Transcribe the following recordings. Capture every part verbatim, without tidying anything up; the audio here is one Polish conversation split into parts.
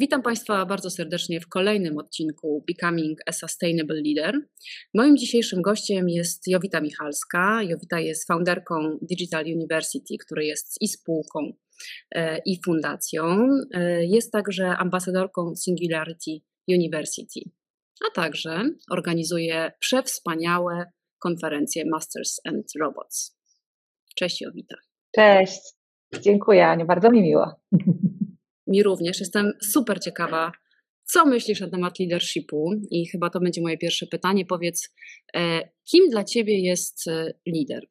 Witam Państwa bardzo serdecznie w kolejnym odcinku Becoming a Sustainable Leader. Moim dzisiejszym gościem jest Jowita Michalska. Jowita jest founderką Digital University, który jest i spółką, i fundacją. Jest także ambasadorką Singularity University, a także organizuje przewspaniałe konferencje Masters and Robots. Cześć Jowita. Cześć, dziękuję Aniu, bardzo mi miło. Mi również. Jestem super ciekawa, co myślisz na temat leadershipu i chyba to będzie moje pierwsze pytanie. Powiedz, kim dla Ciebie jest lider?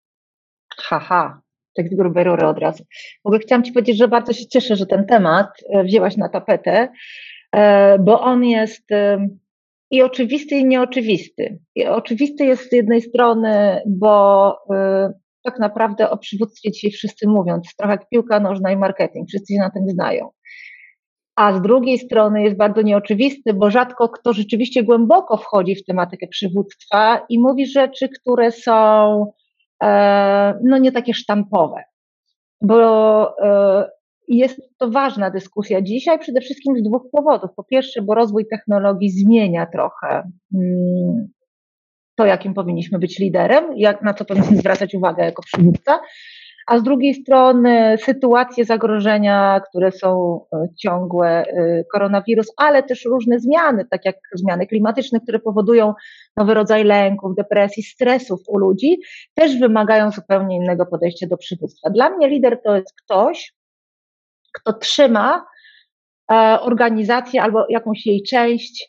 Haha, tak z grubej rury od razu. W ogóle chciałam Ci powiedzieć, że bardzo się cieszę, że ten temat wzięłaś na tapetę, bo on jest i oczywisty, i nieoczywisty. I oczywisty jest z jednej strony, bo tak naprawdę o przywództwie dzisiaj wszyscy mówią, to jest trochę jak piłka nożna i marketing, wszyscy się na tym znają. A z drugiej strony jest bardzo nieoczywisty, bo rzadko kto rzeczywiście głęboko wchodzi w tematykę przywództwa i mówi rzeczy, które są e, no nie takie sztampowe. Bo e, jest to ważna dyskusja dzisiaj przede wszystkim z dwóch powodów. Po pierwsze, bo rozwój technologii zmienia trochę mm, to, jakim powinniśmy być liderem, jak, na co powinniśmy zwracać uwagę jako przywódca, a z drugiej strony sytuacje zagrożenia, które są ciągłe, koronawirus, ale też różne zmiany, tak jak zmiany klimatyczne, które powodują nowy rodzaj lęków, depresji, stresów u ludzi, też wymagają zupełnie innego podejścia do przywództwa. Dla mnie lider to jest ktoś, kto trzyma organizację albo jakąś jej część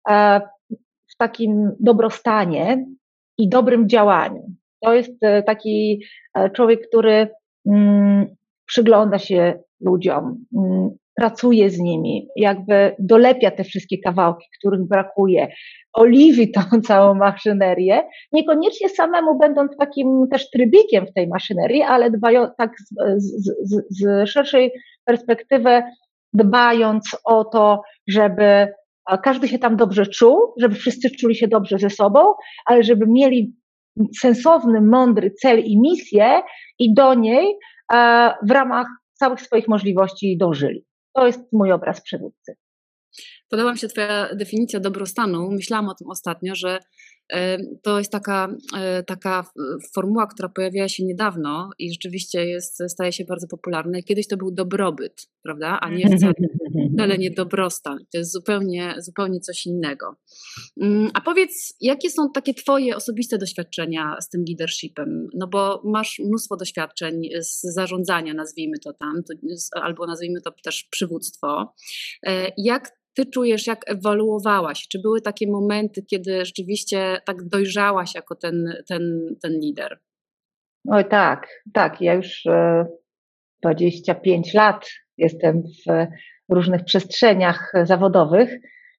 w takim dobrostanie i dobrym działaniu. To jest taki człowiek, który mm, przygląda się ludziom, mm, pracuje z nimi, jakby dolepia te wszystkie kawałki, których brakuje, oliwi tą całą maszynerię, niekoniecznie samemu będąc takim też trybikiem w tej maszynerii, ale dbają, tak z, z, z, z szerszej perspektywy dbając o to, żeby każdy się tam dobrze czuł, żeby wszyscy czuli się dobrze ze sobą, ale żeby mieli sensowny, mądry cel i misję i do niej e, w ramach całych swoich możliwości dążyli. To jest mój obraz przywódcy. Podoba mi się Twoja definicja dobrostanu. Myślałam o tym ostatnio, że to jest taka, taka formuła, która pojawiła się niedawno i rzeczywiście jest, staje się bardzo popularna. Kiedyś to był dobrobyt, prawda? A nie wcale, wcale nie dobrostan. To jest zupełnie, zupełnie coś innego. A powiedz, jakie są takie Twoje osobiste doświadczenia z tym leadershipem? No bo masz mnóstwo doświadczeń z zarządzania, nazwijmy to tam, albo nazwijmy to też przywództwo. Jak Ty czujesz, jak ewoluowałaś? Czy były takie momenty, kiedy rzeczywiście tak dojrzałaś jako ten, ten, ten lider? Oj tak, tak. Ja już dwadzieścia pięć lat jestem w różnych przestrzeniach zawodowych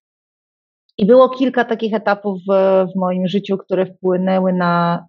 i było kilka takich etapów w, w moim życiu, które wpłynęły na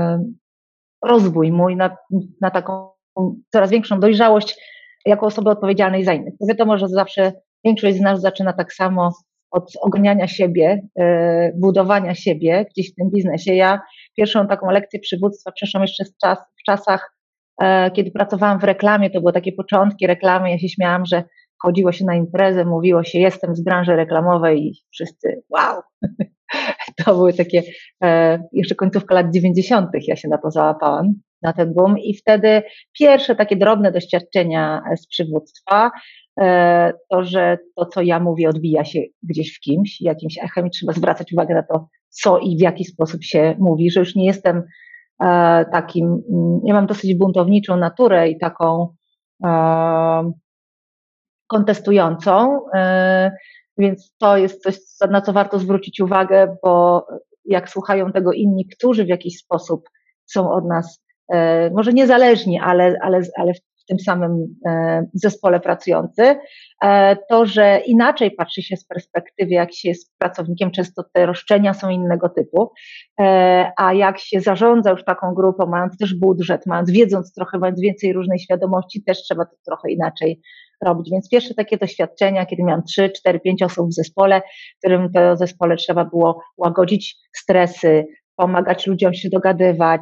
rozwój mój, na, na taką coraz większą dojrzałość jako osoby odpowiedzialnej za innych. Wiadomo, że zawsze większość z nas zaczyna tak samo od ogarniania siebie, budowania siebie gdzieś w tym biznesie. Ja pierwszą taką lekcję przywództwa przeszłam jeszcze z czas, w czasach, kiedy pracowałam w reklamie, to były takie początki reklamy, ja się śmiałam, że chodziło się na imprezę, mówiło się jestem z branży reklamowej i wszyscy wow. To były takie jeszcze końcówka lat dziewięćdziesiątych ja się na to załapałam, na ten boom i wtedy pierwsze takie drobne doświadczenia z przywództwa, to, że to, co ja mówię, odbija się gdzieś w kimś, jakimś echem i trzeba zwracać uwagę na to, co i w jaki sposób się mówi, że już nie jestem e, takim, ja mam dosyć buntowniczą naturę i taką e, kontestującą, e, więc to jest coś, na co warto zwrócić uwagę, bo jak słuchają tego inni, którzy w jakiś sposób są od nas, e, może niezależni, ale, ale, ale w w tym samym zespole pracujący, to, że inaczej patrzy się z perspektywy, jak się jest pracownikiem, często te roszczenia są innego typu, a jak się zarządza już taką grupą, mając też budżet, mając, wiedząc trochę, mając więcej różnej świadomości, też trzeba to trochę inaczej robić. Więc pierwsze takie doświadczenia, kiedy miałam trzy, cztery, pięć osób w zespole, w którym to zespole trzeba było łagodzić stresy, pomagać ludziom się dogadywać,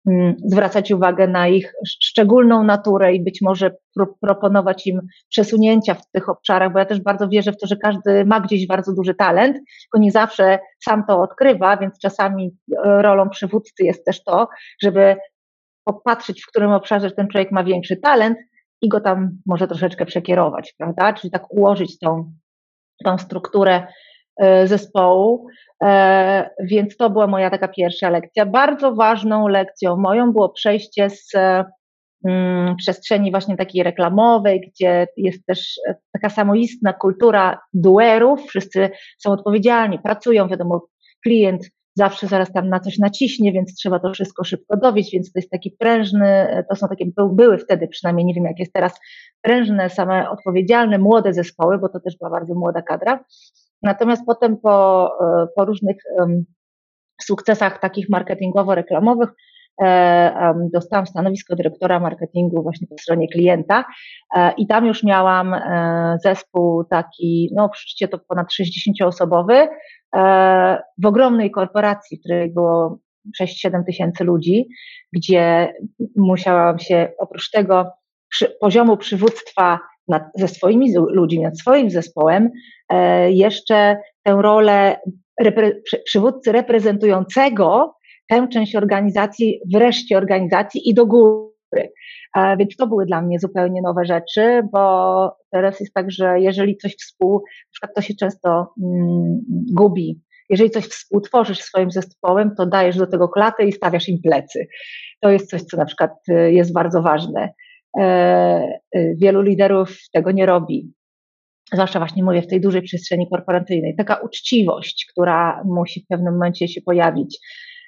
zwracać uwagę na ich szczególną naturę i być może pro, proponować im przesunięcia w tych obszarach, bo ja też bardzo wierzę w to, że każdy ma gdzieś bardzo duży talent, tylko nie zawsze sam to odkrywa, więc czasami rolą przywódcy jest też to, żeby popatrzeć, w którym obszarze ten człowiek ma większy talent i go tam może troszeczkę przekierować, prawda? Czyli tak ułożyć tą, tą strukturę zespołu, więc to była moja taka pierwsza lekcja. Bardzo ważną lekcją moją było przejście z um, przestrzeni właśnie takiej reklamowej, gdzie jest też taka samoistna kultura duerów, wszyscy są odpowiedzialni, pracują, wiadomo, klient zawsze zaraz tam na coś naciśnie, więc trzeba to wszystko szybko dowieść, więc to jest taki prężny, to są takie, były wtedy przynajmniej, nie wiem jak jest teraz, prężne, same odpowiedzialne, młode zespoły, bo to też była bardzo młoda kadra. Natomiast potem po, po różnych um, sukcesach takich marketingowo-reklamowych e, um, dostałam stanowisko dyrektora marketingu właśnie po stronie klienta e, i tam już miałam e, zespół taki, no przecież to ponad sześćdziesięcioosobowy e, w ogromnej korporacji, w której było sześć siedem tysięcy ludzi, gdzie musiałam się oprócz tego przy, poziomu przywództwa nad, ze swoimi ludźmi, nad swoim zespołem, e, jeszcze tę rolę repre, przywódcy reprezentującego tę część organizacji w reszcie organizacji i do góry. E, więc to były dla mnie zupełnie nowe rzeczy, bo teraz jest tak, że jeżeli coś współ, na przykład to się często mm, gubi, jeżeli coś współtworzysz swoim zespołem, to dajesz do tego klatę i stawiasz im plecy. To jest coś, co na przykład jest bardzo ważne. Wielu liderów tego nie robi, zwłaszcza właśnie mówię w tej dużej przestrzeni korporacyjnej. Taka uczciwość, która musi w pewnym momencie się pojawić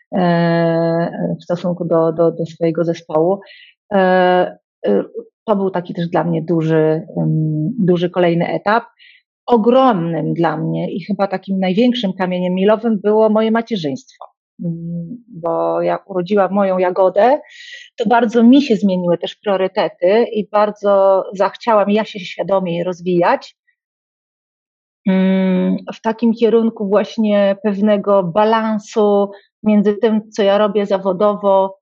w stosunku do, do, do swojego zespołu. To był taki też dla mnie duży, duży kolejny etap. Ogromnym dla mnie i chyba takim największym kamieniem milowym było moje macierzyństwo. Bo jak urodziłam moją Jagodę, to bardzo mi się zmieniły też priorytety i bardzo zachciałam ja się świadomie rozwijać w takim kierunku właśnie pewnego balansu między tym, co ja robię zawodowo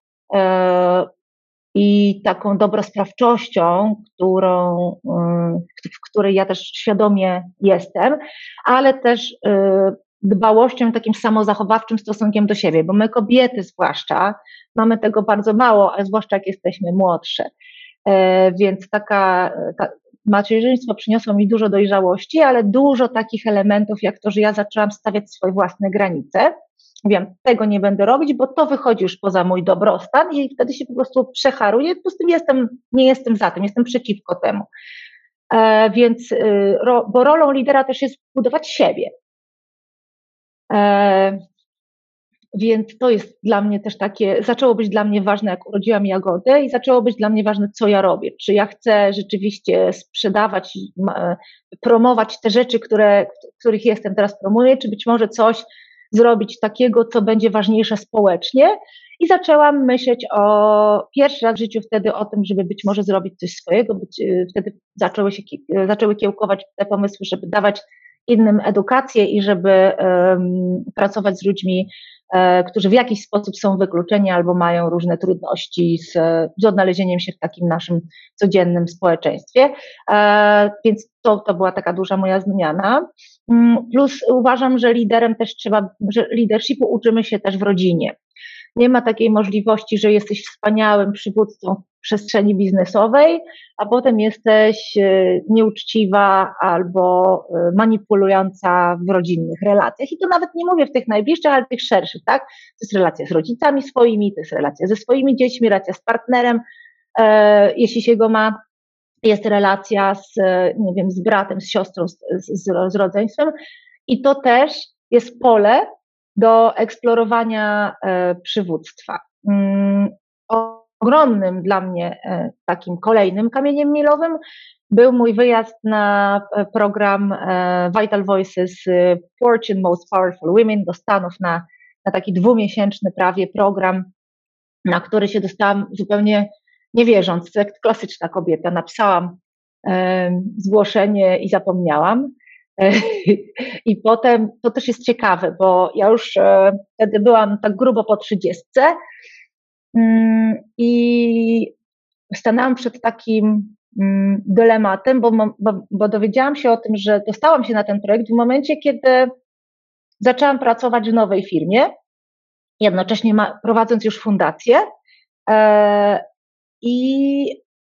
i taką dobrosprawczością, którą, w której ja też świadomie jestem, ale też dbałością, takim samozachowawczym stosunkiem do siebie, bo my kobiety zwłaszcza mamy tego bardzo mało, a zwłaszcza jak jesteśmy młodsze. Więc taka, ta, macierzyństwo przyniosło mi dużo dojrzałości, ale dużo takich elementów, jak to, że ja zaczęłam stawiać swoje własne granice. Mówiłam, tego nie będę robić, bo to wychodzi już poza mój dobrostan i wtedy się po prostu przecharuję, po prostu jestem, nie jestem za tym, jestem przeciwko temu. E, więc, ro, bo rolą lidera też jest budować siebie. E, więc to jest dla mnie też takie, zaczęło być dla mnie ważne, jak urodziłam Jagodę i zaczęło być dla mnie ważne, co ja robię. Czy ja chcę rzeczywiście sprzedawać, promować te rzeczy, które, których jestem teraz promuję, czy być może coś zrobić takiego, co będzie ważniejsze społecznie. I zaczęłam myśleć o, pierwszy raz w życiu wtedy o tym, żeby być może zrobić coś swojego, być, wtedy zaczęły się, zaczęły kiełkować te pomysły, żeby dawać innym edukację i żeby um, pracować z ludźmi, e, którzy w jakiś sposób są wykluczeni albo mają różne trudności z, z odnalezieniem się w takim naszym codziennym społeczeństwie. E, więc to, to była taka duża moja zmiana. Plus uważam, że liderem też trzeba, że leadershipu uczymy się też w rodzinie. Nie ma takiej możliwości, że jesteś wspaniałym przywódcą w przestrzeni biznesowej, a potem jesteś nieuczciwa albo manipulująca w rodzinnych relacjach. I to nawet nie mówię w tych najbliższych, ale w tych szerszych, tak? To jest relacja z rodzicami swoimi, to jest relacja ze swoimi dziećmi, relacja z partnerem, e, jeśli się go ma. Jest relacja z, nie wiem, z bratem, z siostrą, z, z, z rodzeństwem i to też jest pole do eksplorowania e, przywództwa. Mm, ogromnym dla mnie e, takim kolejnym kamieniem milowym był mój wyjazd na program e, Vital Voices Fortune Most Powerful Women do Stanów na, na taki dwumiesięczny prawie program, na który się dostałam zupełnie nie wierząc, jak klasyczna kobieta, napisałam e, zgłoszenie i zapomniałam. E, I potem, to też jest ciekawe, bo ja już e, wtedy byłam tak grubo po trzydziestce I stanęłam przed takim dylematem, bo, bo, bo dowiedziałam się o tym, że dostałam się na ten projekt w momencie, kiedy zaczęłam pracować w nowej firmie, jednocześnie ma, prowadząc już fundację. E, I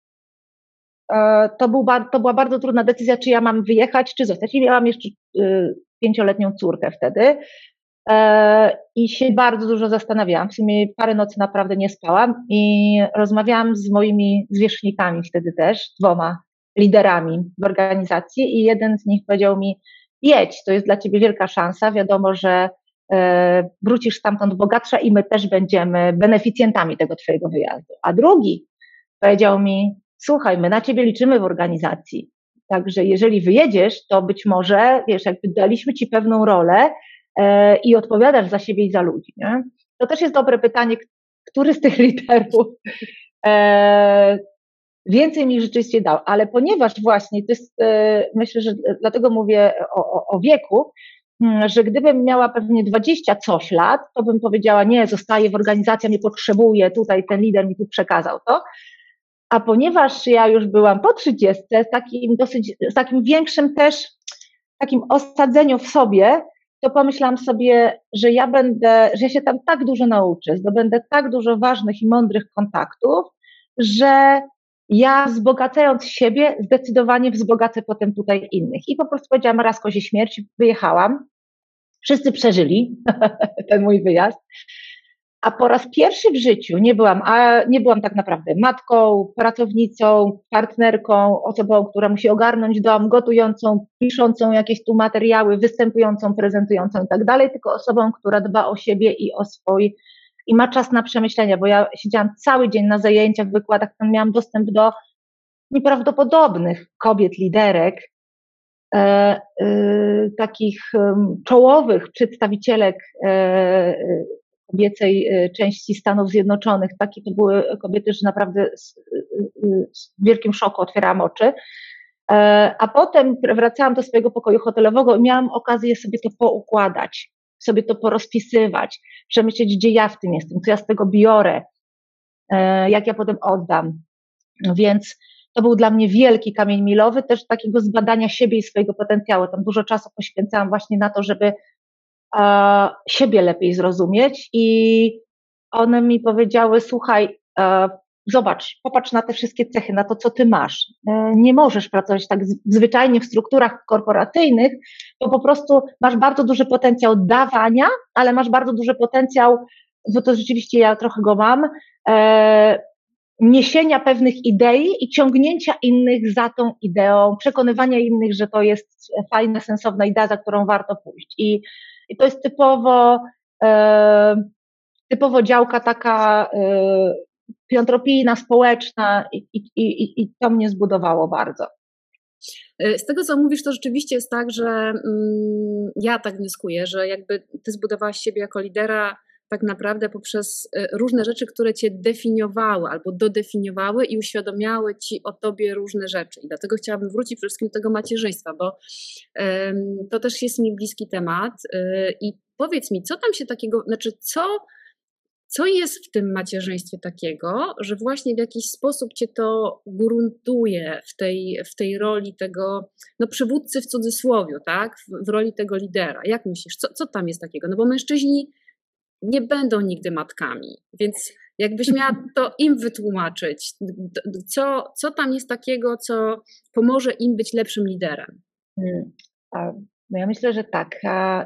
e, to, był, to była bardzo trudna decyzja, czy ja mam wyjechać, czy zostać. I miałam jeszcze y, pięcioletnią córkę wtedy. E, I się bardzo dużo zastanawiałam. W sumie parę nocy naprawdę nie spałam i rozmawiałam z moimi zwierzchnikami wtedy też, dwoma liderami w organizacji i jeden z nich powiedział mi: jedź, to jest dla ciebie wielka szansa, wiadomo, że e, wrócisz stamtąd bogatsza i my też będziemy beneficjentami tego twojego wyjazdu. A drugi powiedział mi: słuchaj, my na ciebie liczymy w organizacji, także jeżeli wyjedziesz, to być może, wiesz, jakby daliśmy ci pewną rolę e, i odpowiadasz za siebie i za ludzi. Nie? To też jest dobre pytanie, który z tych liderów e, więcej mi rzeczywiście dał, ale ponieważ właśnie, to jest, e, myślę, że dlatego mówię o, o, o wieku, że gdybym miała pewnie dwadzieścia coś lat, to bym powiedziała: nie, zostaję w organizacji, mnie potrzebuje, tutaj ten lider mi tu przekazał to. A ponieważ ja już byłam po trzydziestce, z takim dosyć, z takim większym też, takim osadzeniu w sobie, to pomyślałam sobie, że ja będę, że ja się tam tak dużo nauczę, zdobędę tak dużo ważnych i mądrych kontaktów, że ja wzbogacając siebie, zdecydowanie wzbogacę potem tutaj innych. I po prostu powiedziałam raz kozie śmierć, wyjechałam. Wszyscy przeżyli ten mój wyjazd. A po raz pierwszy w życiu nie byłam, a nie byłam tak naprawdę matką, pracownicą, partnerką, osobą, która musi ogarnąć dom, gotującą, piszącą jakieś tu materiały, występującą, prezentującą i tak dalej, tylko osobą, która dba o siebie i o swój, i ma czas na przemyślenia, bo ja siedziałam cały dzień na zajęciach, wykładach, tam miałam dostęp do nieprawdopodobnych kobiet, liderek, e, e, takich e, czołowych przedstawicielek e, kobiecej części Stanów Zjednoczonych. Takie to były kobiety, że naprawdę z, z wielkim szoku otwierałam oczy. A potem wracałam do swojego pokoju hotelowego i miałam okazję sobie to poukładać, sobie to porozpisywać, przemyśleć, gdzie ja w tym jestem, co ja z tego biorę, jak ja potem oddam. Więc to był dla mnie wielki kamień milowy, też takiego zbadania siebie i swojego potencjału. Tam dużo czasu poświęcałam właśnie na to, żeby e, siebie lepiej zrozumieć, i one mi powiedziały: słuchaj, e, zobacz, popatrz na te wszystkie cechy, na to, co ty masz. E, nie możesz pracować tak z, zwyczajnie w strukturach korporacyjnych, bo po prostu masz bardzo duży potencjał dawania, ale masz bardzo duży potencjał, bo to rzeczywiście ja trochę go mam, e, niesienia pewnych idei i ciągnięcia innych za tą ideą, przekonywania innych, że to jest fajna, sensowna idea, za którą warto pójść. I, i to jest typowo, e, typowo działka taka e, filantropijna, społeczna, i, i, i, i to mnie zbudowało bardzo. Z tego, co mówisz, to rzeczywiście jest tak, że mm, ja tak wnioskuję, że jakby ty zbudowałaś siebie jako lidera tak naprawdę poprzez różne rzeczy, które cię definiowały albo dodefiniowały i uświadomiały ci o tobie różne rzeczy. I dlatego chciałabym wrócić przede wszystkim do tego macierzyństwa, bo um, to też jest mi bliski temat. Yy, I powiedz mi, co tam się takiego, znaczy co, co jest w tym macierzyństwie takiego, że właśnie w jakiś sposób cię to gruntuje w tej, w tej roli tego, no przywódcy w cudzysłowie, tak? W, w roli tego lidera. Jak myślisz, co, co tam jest takiego? No bo mężczyźni nie będą nigdy matkami, więc jakbyś miała to im wytłumaczyć, co, co tam jest takiego, co pomoże im być lepszym liderem? No ja myślę, że taka,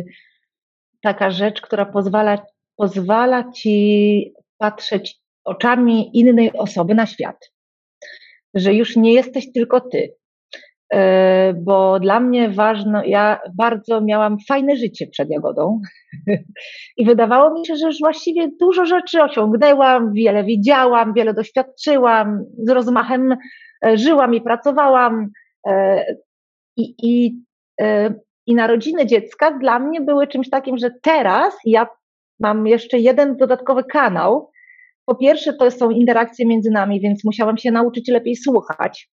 taka rzecz, która pozwala, pozwala ci patrzeć oczami innej osoby na świat, że już nie jesteś tylko ty. Bo dla mnie ważne, ja bardzo miałam fajne życie przed Jagodą i wydawało mi się, że już właściwie dużo rzeczy osiągnęłam, wiele widziałam, wiele doświadczyłam, z rozmachem żyłam i pracowałam, i, i, i narodziny dziecka dla mnie były czymś takim, że teraz ja mam jeszcze jeden dodatkowy kanał. Po pierwsze, to są interakcje między nami, więc musiałam się nauczyć lepiej słuchać,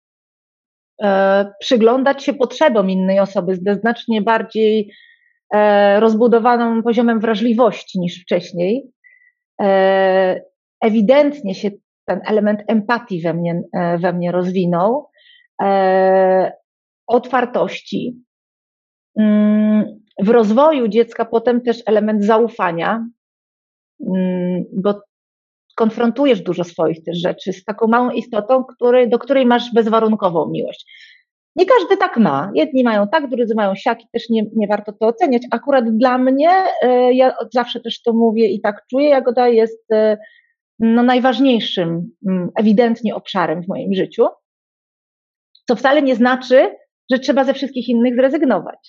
przyglądać się potrzebom innej osoby ze znacznie bardziej rozbudowanym poziomem wrażliwości niż wcześniej. ewidentnie się ten element empatii we mnie, we mnie rozwinął, otwartości. W rozwoju dziecka potem też element zaufania, bo konfrontujesz dużo swoich też rzeczy z taką małą istotą, który, do której masz bezwarunkową miłość. Nie każdy tak ma. Jedni mają tak, drudzy mają siak i też nie, nie warto to oceniać. Akurat dla mnie, ja zawsze też to mówię i tak czuję, Jagoda jest no, najważniejszym ewidentnie obszarem w moim życiu, co wcale nie znaczy, że trzeba ze wszystkich innych zrezygnować.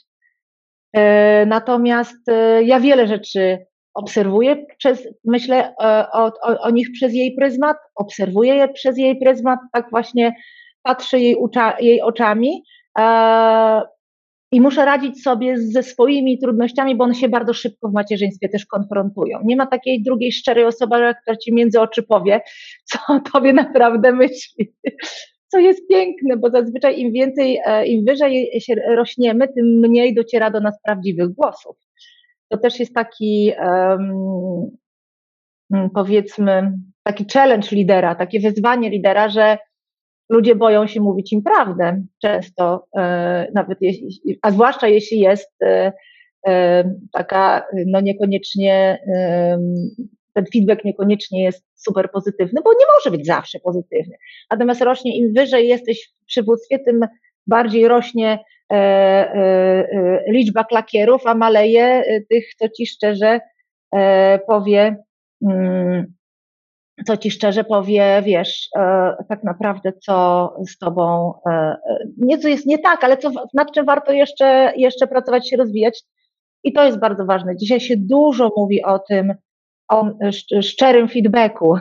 Natomiast ja wiele rzeczy obserwuję przez, myślę o, o, o nich przez jej pryzmat, obserwuję je przez jej pryzmat, tak właśnie patrzę jej, ucza, jej oczami e, i muszę radzić sobie ze swoimi trudnościami, bo one się bardzo szybko w macierzyństwie też konfrontują. Nie ma takiej drugiej szczerej osoby, która ci między oczy powie, co o tobie naprawdę myśli. Co jest piękne, bo zazwyczaj im więcej, im wyżej się rośniemy, tym mniej dociera do nas prawdziwych głosów. To też jest taki, um, powiedzmy, taki challenge lidera, takie wyzwanie lidera, że ludzie boją się mówić im prawdę często, e, nawet jeśli, a zwłaszcza jeśli jest e, e, taka, no niekoniecznie, e, ten feedback niekoniecznie jest super pozytywny, bo nie może być zawsze pozytywny. Natomiast rośnie, im wyżej jesteś w przywództwie, tym bardziej rośnie e, e, liczba klakierów, a maleje tych, co ci szczerze e, powie, mm, co ci szczerze powie, wiesz, e, tak naprawdę co z tobą, e, nie co jest nie tak, ale co, nad czym warto jeszcze, jeszcze pracować, się rozwijać. I to jest bardzo ważne. Dzisiaj się dużo mówi o tym, o szczerym feedbacku,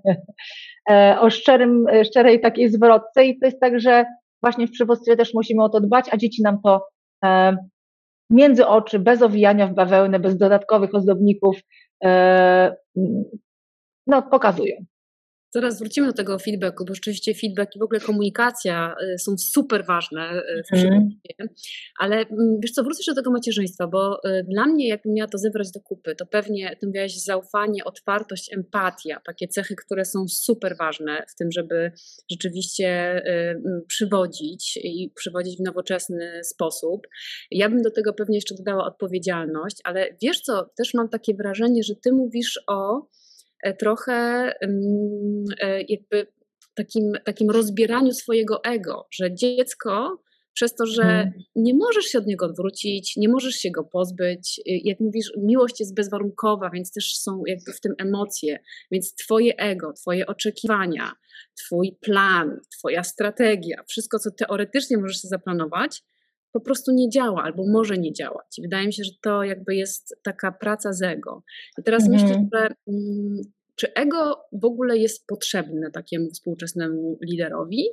o szczerym, szczerej takiej zwrotce i to jest tak, że właśnie w przywództwie też musimy o to dbać, a dzieci nam to e, między oczy, bez owijania w bawełnę, bez dodatkowych ozdobników e, no, pokazują. Zaraz wrócimy do tego feedbacku, bo rzeczywiście feedback i w ogóle komunikacja są super ważne w przywództwie, mm. ale wiesz co, wrócę jeszcze do tego macierzyństwa, bo dla mnie, jakbym miała to zebrać do kupy, to pewnie, ty mówiłaś, zaufanie, otwartość, empatia, takie cechy, które są super ważne w tym, żeby rzeczywiście przywodzić i przywodzić w nowoczesny sposób. Ja bym do tego pewnie jeszcze dodała odpowiedzialność, ale wiesz co, też mam takie wrażenie, że ty mówisz o trochę jakby takim, takim rozbieraniu swojego ego, że dziecko przez to, że nie możesz się od niego odwrócić, nie możesz się go pozbyć, jak mówisz, miłość jest bezwarunkowa, więc też są jakby w tym emocje, więc twoje ego, twoje oczekiwania, twój plan, twoja strategia, wszystko, co teoretycznie możesz sobie zaplanować, po prostu nie działa albo może nie działać. I wydaje mi się, że to jakby jest taka praca z ego. I teraz mhm. myślę, że mm, czy ego w ogóle jest potrzebne takiemu współczesnemu liderowi?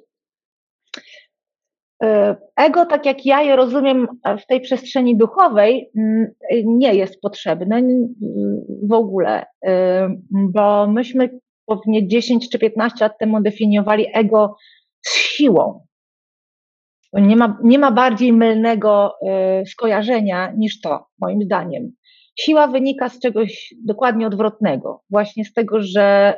Ego, tak jak ja je rozumiem w tej przestrzeni duchowej, nie jest potrzebne w ogóle, bo myśmy pewnie dziesięć czy piętnaście lat temu definiowali ego z siłą. Nie ma, nie ma bardziej mylnego y, skojarzenia niż to, moim zdaniem. Siła wynika z czegoś dokładnie odwrotnego. Właśnie z tego, że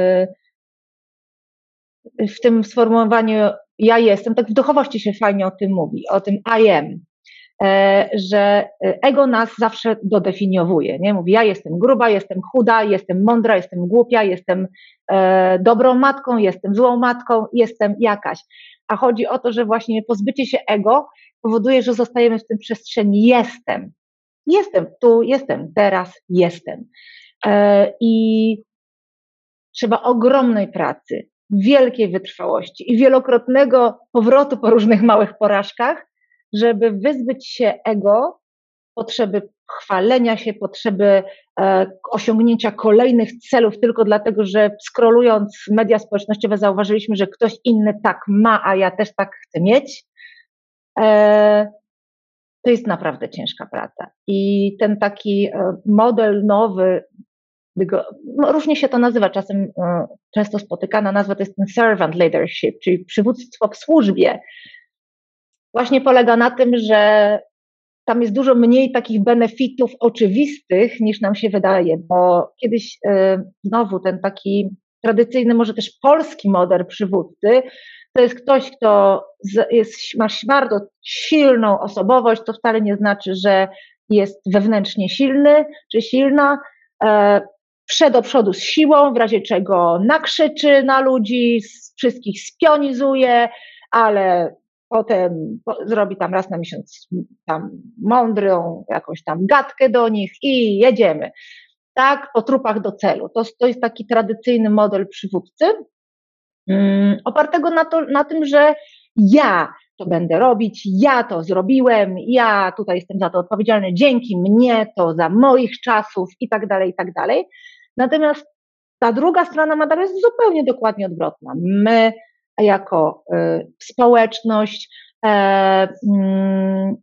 y, w tym sformułowaniu ja jestem, tak w duchowości się fajnie o tym mówi, o tym I am, y, że ego nas zawsze dodefiniowuje. Nie? Mówi, ja jestem gruba, jestem chuda, jestem mądra, jestem głupia, jestem y, dobrą matką, jestem złą matką, jestem jakaś. A chodzi o to, że właśnie pozbycie się ego powoduje, że zostajemy w tym przestrzeni jestem. Jestem tu, jestem teraz, jestem. I trzeba ogromnej pracy, wielkiej wytrwałości i wielokrotnego powrotu po różnych małych porażkach, żeby wyzbyć się ego, potrzeby chwalenia się, potrzeby osiągnięcia kolejnych celów tylko dlatego, że scrollując media społecznościowe zauważyliśmy, że ktoś inny tak ma, a ja też tak chcę mieć. To jest naprawdę ciężka praca. I ten taki model nowy, no różnie się to nazywa, czasem często spotykana nazwa to jest ten servant leadership, czyli przywództwo w służbie. Właśnie polega na tym, że tam jest dużo mniej takich benefitów oczywistych, niż nam się wydaje, bo kiedyś y, znowu ten taki tradycyjny, może też polski model przywódcy, to jest ktoś, kto z, jest, ma bardzo silną osobowość, to wcale nie znaczy, że jest wewnętrznie silny czy silna, e, prze do przodu z siłą, w razie czego nakrzyczy na ludzi, wszystkich spionizuje, ale potem zrobi tam raz na miesiąc tam mądrą jakąś tam gadkę do nich i jedziemy. Tak, po trupach do celu. To, to jest taki tradycyjny model przywódcy, um, opartego na, to, na tym, że ja to będę robić, ja to zrobiłem, ja tutaj jestem za to odpowiedzialny, dzięki mnie to za moich czasów i tak dalej, i tak dalej. Natomiast ta druga strona medalu jest zupełnie dokładnie odwrotna. My jako y, społeczność y, y,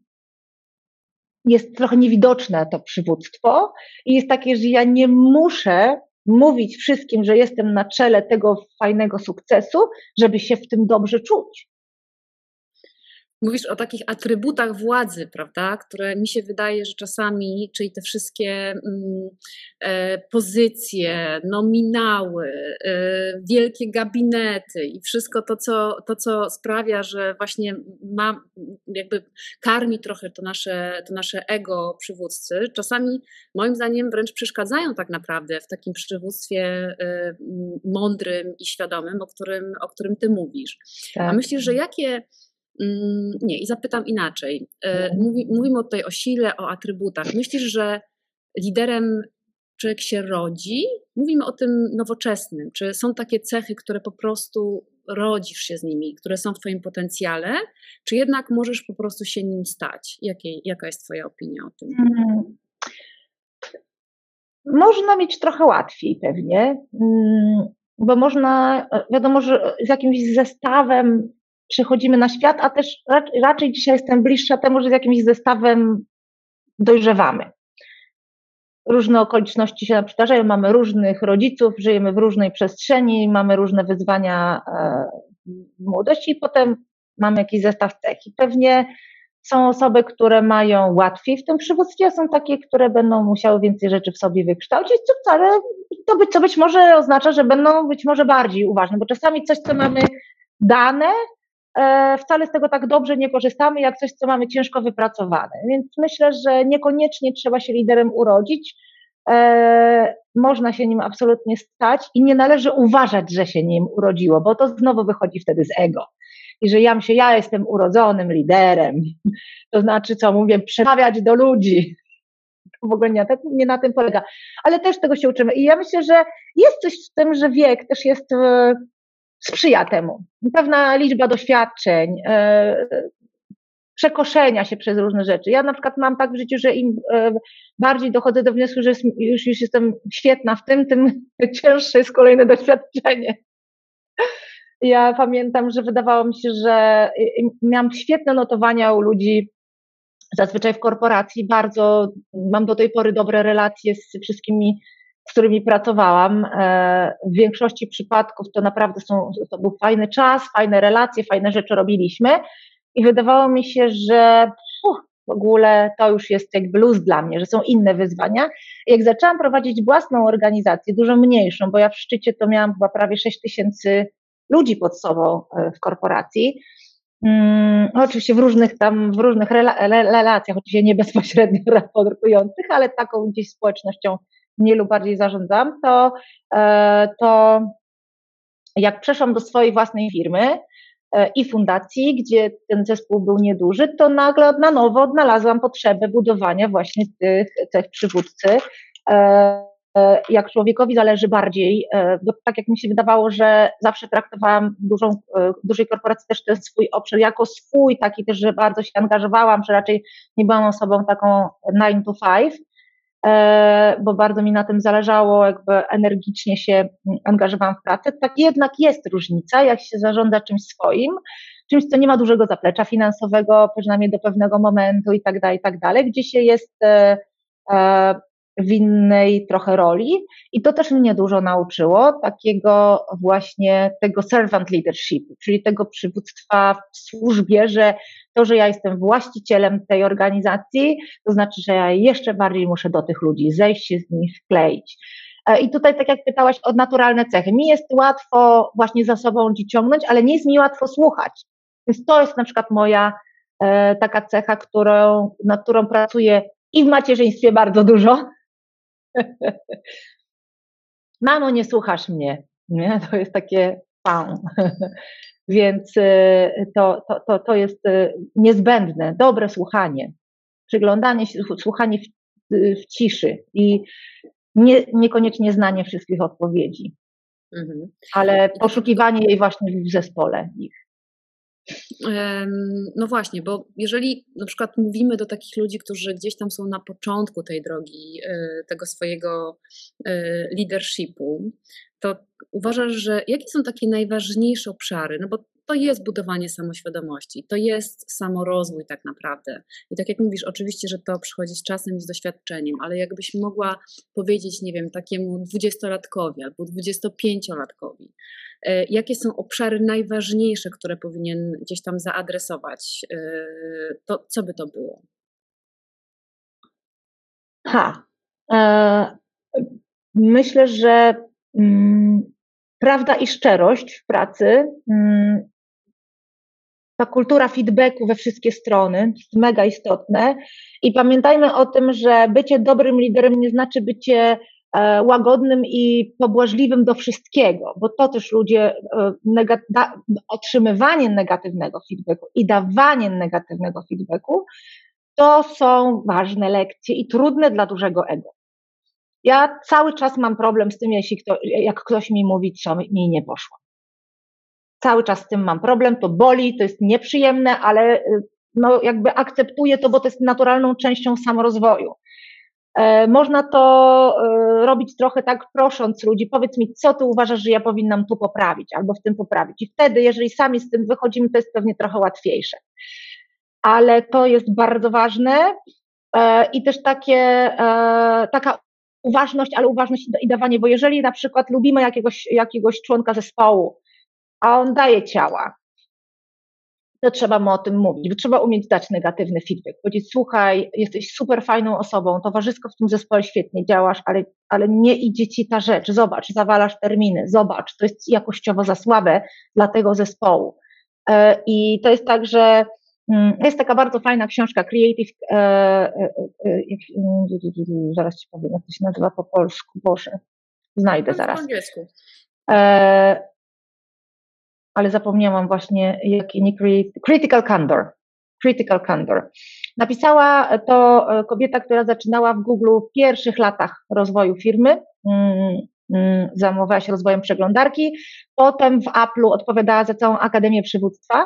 jest trochę niewidoczne to przywództwo i jest takie, że ja nie muszę mówić wszystkim, że jestem na czele tego fajnego sukcesu, żeby się w tym dobrze czuć. Mówisz o takich atrybutach władzy, prawda, które mi się wydaje, że czasami, czyli te wszystkie mm, e, pozycje, nominały, e, wielkie gabinety i wszystko to co, to, co sprawia, że właśnie ma, jakby karmi trochę to nasze, to nasze ego przywódcy, czasami moim zdaniem wręcz przeszkadzają tak naprawdę w takim przywództwie e, mądrym i świadomym, o którym, o którym ty mówisz. Tak. A myślisz, że jakie Nie, i zapytam inaczej. Mówi, mówimy tutaj o sile, o atrybutach. Myślisz, że liderem człowiek się rodzi? Mówimy o tym nowoczesnym. Czy są takie cechy, które po prostu rodzisz się z nimi, które są w twoim potencjale? Czy jednak możesz po prostu się nim stać? Jakie, jaka jest twoja opinia o tym? Hmm. Można mieć trochę łatwiej pewnie, bo można, wiadomo, że z jakimś zestawem przychodzimy na świat, a też raczej dzisiaj jestem bliższa temu, że z jakimś zestawem dojrzewamy. Różne okoliczności się nam przydarzają, mamy różnych rodziców, żyjemy w różnej przestrzeni, mamy różne wyzwania w młodości i potem mamy jakiś zestaw cech. I pewnie są osoby, które mają łatwiej w tym przywództwie, a są takie, które będą musiały więcej rzeczy w sobie wykształcić, co wcale, to być, co być może oznacza, że będą być może bardziej uważne, bo czasami coś, co mamy dane, wcale z tego tak dobrze nie korzystamy, jak coś, co mamy ciężko wypracowane. Więc myślę, że niekoniecznie trzeba się liderem urodzić, e, można się nim absolutnie stać i nie należy uważać, że się nim urodziło, bo to znowu wychodzi wtedy z ego. I że ja myślę, ja jestem urodzonym liderem, to znaczy co, mówię, przemawiać do ludzi. To w ogóle nie, nie na tym polega. Ale też tego się uczymy. I ja myślę, że jest coś w tym, że wiek też jest... E, sprzyja temu. Pewna liczba doświadczeń, e, przekoszenia się przez różne rzeczy. Ja na przykład mam tak w życiu, że im e, bardziej dochodzę do wniosku, że już, już jestem świetna w tym, tym cięższe jest kolejne doświadczenie. Ja pamiętam, że wydawało mi się, że miałam świetne notowania u ludzi, zazwyczaj w korporacji, bardzo mam do tej pory dobre relacje z wszystkimi, z którymi pracowałam. W większości przypadków to naprawdę są, to był fajny czas, fajne relacje, fajne rzeczy robiliśmy i wydawało mi się, że puh, w ogóle to już jest jakby luz dla mnie, że są inne wyzwania. Jak zaczęłam prowadzić własną organizację, dużo mniejszą, bo ja w szczycie to miałam chyba prawie sześć tysięcy ludzi pod sobą w korporacji, Hmm, oczywiście w różnych tam, w różnych rela- relacjach, oczywiście nie bezpośrednio raportujących, ale taką gdzieś społecznością mniej lub bardziej zarządzam, to, to jak przeszłam do swojej własnej firmy i fundacji, gdzie ten zespół był nieduży, to nagle na nowo odnalazłam potrzebę budowania właśnie tych cech przywódcy. Jak człowiekowi zależy bardziej, bo tak jak mi się wydawało, że zawsze traktowałam dużą, dużej korporacji też ten swój obszar jako swój, taki też, że bardzo się angażowałam, że raczej nie byłam osobą taką nine to five, bo bardzo mi na tym zależało, jakby energicznie się angażowałam w pracę. Tak jednak jest różnica, jak się zarządza czymś swoim, czymś, co nie ma dużego zaplecza finansowego, przynajmniej do pewnego momentu i tak dalej, i tak dalej, gdzie się jest w innej trochę roli i to też mnie dużo nauczyło, takiego właśnie tego servant leadership, czyli tego przywództwa w służbie, że to, że ja jestem właścicielem tej organizacji, to znaczy, że ja jeszcze bardziej muszę do tych ludzi zejść, się z nich wkleić. I tutaj, tak jak pytałaś o naturalne cechy, mi jest łatwo właśnie za sobą ludzi ciągnąć, ale nie jest mi łatwo słuchać. Więc to jest na przykład moja e, taka cecha, którą, nad którą pracuję i w macierzyństwie bardzo dużo. Mamo, nie słuchasz mnie. Nie? To jest takie pam. Więc e, to, to, to, to jest e, niezbędne, dobre słuchanie. Przyglądanie się, słuchanie w, w ciszy i nie, niekoniecznie znanie wszystkich odpowiedzi, mhm. ale poszukiwanie jej właśnie w zespole ich. No właśnie, bo jeżeli na przykład mówimy do takich ludzi, którzy gdzieś tam są na początku tej drogi, tego swojego leadershipu, to uważasz, że jakie są takie najważniejsze obszary? No bo to jest budowanie samoświadomości, to jest samorozwój tak naprawdę. I tak jak mówisz, oczywiście, że to przychodzi z czasem i z doświadczeniem, ale jakbyś mogła powiedzieć, nie wiem, takiemu dwudziestolatkowi albo dwudziestopięciolatkowi, jakie są obszary najważniejsze, które powinien gdzieś tam zaadresować, to co by to było? Ha, e, myślę, że mm, prawda i szczerość w pracy, mm, ta kultura feedbacku we wszystkie strony jest mega istotne i pamiętajmy o tym, że bycie dobrym liderem nie znaczy bycie e, łagodnym i pobłażliwym do wszystkiego, bo to też ludzie, e, nega- da, otrzymywanie negatywnego feedbacku i dawanie negatywnego feedbacku to są ważne lekcje i trudne dla dużego ego. Ja cały czas mam problem z tym, jeśli kto, jak ktoś mi mówi, co mi nie poszło. Cały czas z tym mam problem, to boli, to jest nieprzyjemne, ale no jakby akceptuję to, bo to jest naturalną częścią samorozwoju. E, można to e, robić trochę tak prosząc ludzi, powiedz mi, co ty uważasz, że ja powinnam tu poprawić albo w tym poprawić. I wtedy, jeżeli sami z tym wychodzimy, to jest pewnie trochę łatwiejsze. Ale to jest bardzo ważne e, i też takie, e, taka uważność, ale uważność i dawanie, bo jeżeli na przykład lubimy jakiegoś, jakiegoś członka zespołu, a on daje ciała, to trzeba mu o tym mówić, bo trzeba umieć dać negatywny feedback, powiedzieć, słuchaj, jesteś super fajną osobą, towarzysko w tym zespole świetnie działasz, ale, ale nie idzie ci ta rzecz, zobacz, zawalasz terminy, zobacz, to jest jakościowo za słabe dla tego zespołu. I to jest tak, że jest taka bardzo fajna książka Creative, e, e, e, zaraz ci powiem, jak to się nazywa po polsku, Boże, znajdę zaraz. Po angielsku. E, ale zapomniałam właśnie, jaki nie Critical Candor. Critical Candor. Napisała to kobieta, która zaczynała w Google w pierwszych latach rozwoju firmy. Zajmowała się rozwojem przeglądarki. Potem w Apple'u odpowiadała za całą Akademię Przywództwa.